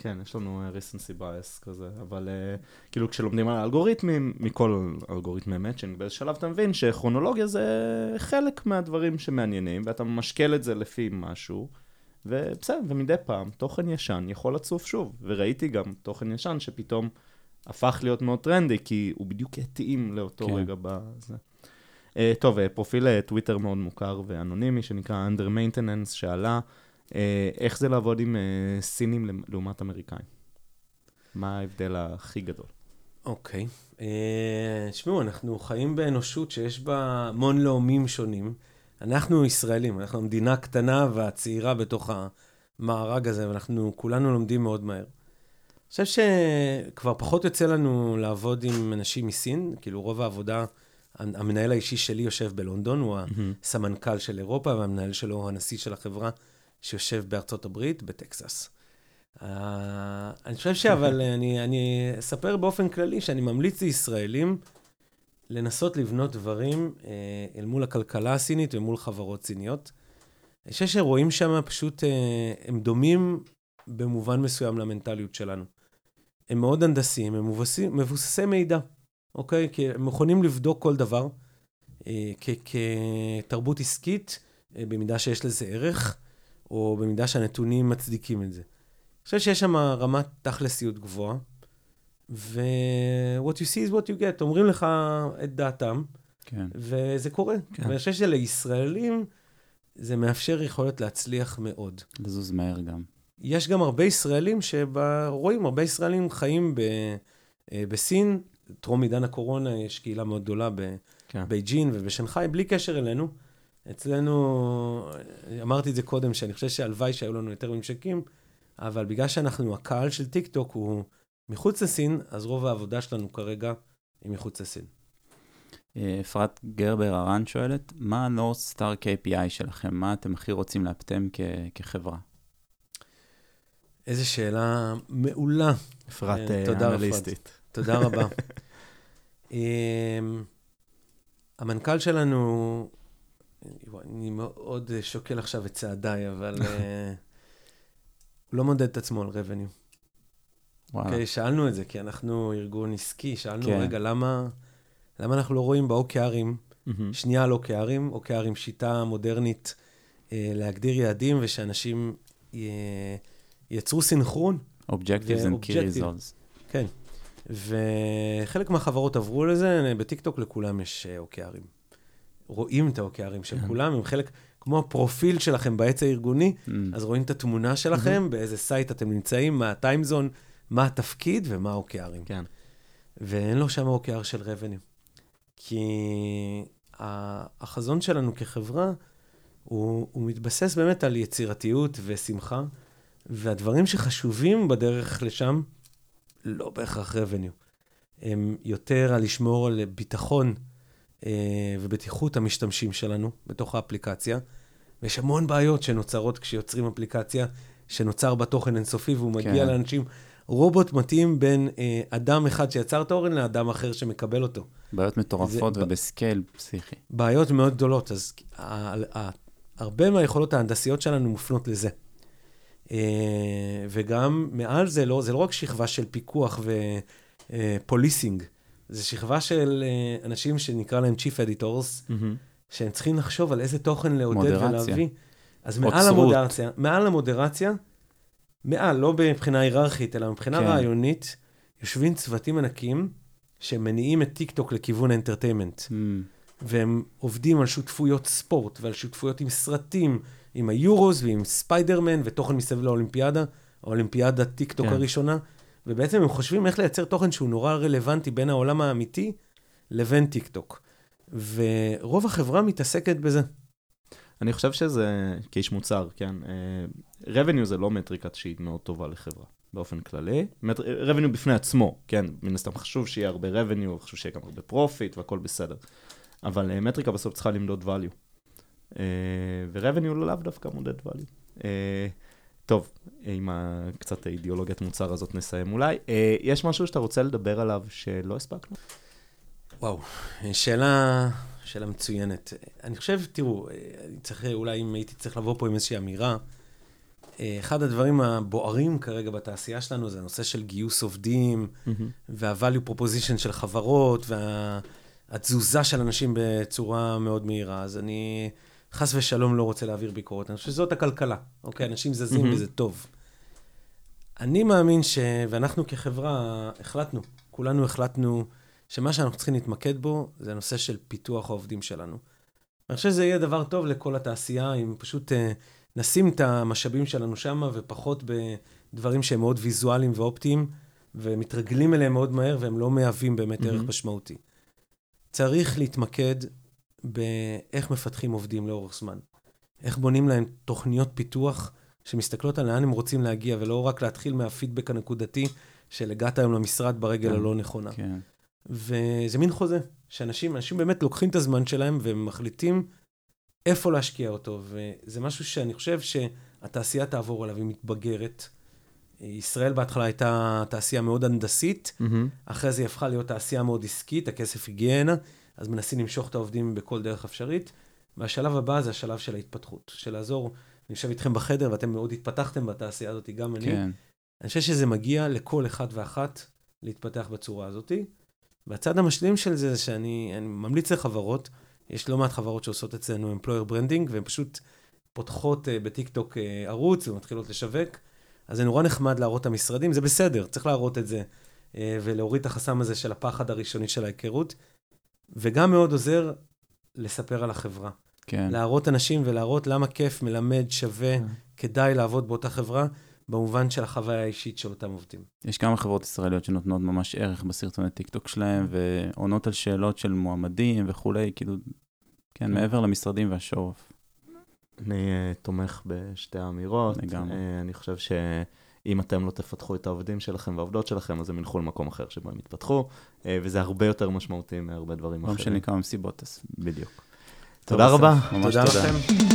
כן, יש לנו recency bias כזה, אבל כאילו כשלומדים על האלגוריתמים, מכל אלגוריתמי matching, באיזה שלב אתה מבין שכרונולוגיה זה חלק מהדברים שמעניינים, ואתה משקל את זה לפי משהו, ובסדר, ומדי פעם, תוכן ישן יכול לצוף שוב, וראיתי גם תוכן ישן שפתאום הפך להיות מאוד טרנדי, כי הוא בדיוק התאים לאותו רגע בזה. טוב, פרופיל טוויטר מאוד מוכר ואנונימי, שנקרא Under Maintenance, שעלה, איך זה לעבוד עם סינים לעומת אמריקאים? מה ההבדל הכי גדול? אוקיי. תשמעו, אנחנו חיים באנושות שיש בה המון לאומים שונים. אנחנו ישראלים, אנחנו המדינה הקטנה והצעירה בתוך המארג הזה, ואנחנו כולנו לומדים מאוד מהר. אני חושב שכבר פחות יוצא לנו לעבוד עם אנשים מסין, כאילו רוב העבודה, המנהל האישי שלי יושב בלונדון, הוא הסמנכ"ל של אירופה, והמנהל שלו הוא הנשיא של החברה, שיושב בארצות הברית, בטקסס. אני חושב אבל אני אספר באופן כללי שאני ממליץ לישראלים לנסות לבנות דברים אל מול הכלכלה הסינית ומול חברות סיניות. אני חושב שרואים שם פשוט, הם דומים במובן מסוים למנטליות שלנו. הם מאוד הנדסיים, הם מבוססי מידע, אוקיי? כי הם יכולים לבדוק כל דבר כתרבות עסקית, במידה שיש לזה ערך, או במידה שהנתונים מצדיקים את זה. אני חושב שיש שם רמת תכלסיות גבוהה, ו-what you see is what you get, אומרים לך את דעתם, כן. וזה קורה. כן. ואני חושב שלישראלים זה מאפשר יכולת להצליח מאוד. לזוז מהר גם. יש גם הרבה ישראלים רואים, הרבה ישראלים חיים בסין, טרום עידן הקורונה, יש קהילה מאוד גדולה בבייג'ין ובשנגחאי, בלי קשר אלינו. אצלנו, אמרתי את זה קודם, שאני חושב שהלוואי שהיו לנו יותר ממשקים, אבל בגלל שאנחנו, הקהל של טיקטוק הוא מחוץ לסין, אז רוב העבודה שלנו כרגע היא מחוץ לסין. אפרת גרבר הרן שואלת, מה ה-North Star KPI שלכם? מה אתם הכי רוצים להפתם כחברה? איזו שאלה מעולה. אפרת אנליסטית. תודה רבה. המנכ"ל שלנו, אני מאוד שוקל עכשיו את צעדיי, אבל הוא לא מודד את עצמו על revenue. אוקיי, שאלנו את זה, כי אנחנו ארגון עסקי, שאלנו רגע, למה אנחנו לא רואים ב-OKRים, שנייה על OKRים, OKRים שיטה מודרנית להגדיר יעדים, ושאנשים יצרו סינכרון. Objectives and key results. כן. וחלק מהחברות עברו לזה, בטיקטוק לכולם יש OKRים. רואים את ה-OKRים של כולם, הם חלק, כמו הפרופיל שלכם בעץ הארגוני, אז רואים את התמונה שלכם, באיזה סייט אתם נמצאים, מה הטיימזון, מה התפקיד ומה ה-OKRים. כן. ואין לו שם OKR של revenue. כי החזון שלנו כחברה, הוא מתבסס באמת על יצירתיות ושמחה, והדברים שחשובים בדרך לשם, לא בהכרח revenue. הם יותר על לשמור על ביטחון ובטיחות המשתמשים שלנו בתוך האפליקציה, ויש המון בעיות שנוצרות כשיוצרים אפליקציה, שנוצר בתוכן אינסופי והוא מגיע לאנשים. רובוט מתאים בין אדם אחד שיצר את האורן לאדם אחר שמקבל אותו. בעיות מטורפות ובסקייל פסיכי. בעיות מאוד גדולות, אז הרבה מהיכולות ההנדסיות שלנו מופנות לזה. וגם מעל זה לא רק שכבה של פיקוח ופוליסינג, זה שכבה של אנשים שנקרא להם Chief Editors, שהם צריכים לחשוב על איזה תוכן לעודד ולהביא. אז מעל המודרציה, לא מבחינה היררכית, אלא מבחינה רעיונית, יושבים צוותים ענקים שמניעים את טיקטוק לכיוון האנטרטיימנט. והם עובדים על שותפויות ספורט ועל שותפויות עם סרטים, עם היורוס ועם ספיידרמן ותוכן מסביב לאולימפיאדה, האולימפיאדת טיקטוק הראשונה, ובעצם הם חושבים איך לייצר תוכן שהוא נורא רלוונטי בין העולם האמיתי לבין טיקטוק. ורוב החברה מתעסקת בזה. אני חושב שזה כאיש מוצר, כן. revenue זה לא מטריקת שהיא מאוד טובה לחברה, באופן כללי. revenue בפני עצמו, כן. מן הסתם חשוב שיהיה הרבה revenue, חשוב שיהיה גם הרבה profit והכל בסדר. אבל מטריקה בסוף צריכה למדוד value. ו-revenue לא לאו דווקא מודד value. טוב, עם קצת האידיאולוגיית מוצר הזאת נסיים אולי. יש משהו שאתה רוצה לדבר עליו שלא הספקנו? וואו, שאלה מצוינת. אני חושב, תראו, אולי אם הייתי צריך לבוא פה עם איזושהי אמירה, אחד הדברים הבוערים כרגע בתעשייה שלנו, זה הנושא של גיוס עובדים, וה-value proposition של חברות, והתזוזה של אנשים בצורה מאוד מהירה. אז אני חס ושלום לא רוצה להעביר ביקורת. אני חושב שזאת הכלכלה. אוקיי, אנשים זזים וזה טוב. אני מאמין ואנחנו כחברה כולנו החלטנו, שמה שאנחנו צריכים להתמקד בו, זה הנושא של פיתוח העובדים שלנו. אני חושב שזה יהיה דבר טוב לכל התעשייה, אם פשוט נשים את המשאבים שלנו שם, ופחות בדברים שהם מאוד ויזואליים ואופטיים, ומתרגלים אליהם מאוד מהר, והם לא מהווים באמת ערך משמעותי. צריך להתמקד באיך מפתחים עובדים לאורך זמן. איך בונים להם תוכניות פיתוח, שמסתכלות על לאן הם רוצים להגיע, ולא רק להתחיל מהפידבק הנקודתי, של הגעת היום למשרד ברגל הלא נכונה. וזה מין חוזה, שאנשים באמת לוקחים את הזמן שלהם, ומחליטים איפה להשקיע אותו, וזה משהו שאני חושב שהתעשייה תעבור עליו, היא מתבגרת. ישראל בהתחלה הייתה תעשייה מאוד הנדסית, אחרי זה היא הפכה להיות תעשייה מאוד עסקית, הכסף הגיע הנה, אז מנסים למשוך את העובדים בכל דרך אפשרית, והשלב הבא זה השלב של ההתפתחות, של לעזור, אני חושב איתכם בחדר, ואתם מאוד התפתחתם בתעשייה הזאת, גם אני. אני חושב שזה מגיע לכל אחד ואחת להתפתח בצורה הזאת, והצד המשלים של זה, שאני ממליץ לחברות, יש לא מעט חברות שעושות אצלנו employer branding, והן פשוט פותחות בטיקטוק ערוץ, ומתחילות לשווק, אז זה נורא נחמד להראות את המשרדים, זה בסדר, צריך להראות את זה, ולהוריד את החסם הזה של הפחד הראשוני של ההיכרות, וגם מאוד עוזר לספר על החברה. כן. להראות אנשים ולהראות למה כיף, מלמד, שווה, כדאי לעבוד באותה חברה, במובן של החוויה האישית של אותם עובדים. יש כמה חברות ישראליות שנותנות ממש ערך בסרטוני טיקטוק שלהם, ועונות על שאלות של מועמדים וכולי, כאילו, כן, מעבר למשרדים והשואו-אוף. אני תומך בשתי האמירות. אני חושב שאם אתם לא תפתחו את העובדים שלכם והעובדות שלכם, אז הם ילכו למקום אחר שבו הם יתפתחו, וזה הרבה יותר משמעותי מהרבה דברים אחרים. לא משנה כמה מסיבות, אז בדיוק. תודה רבה. תודה לכם.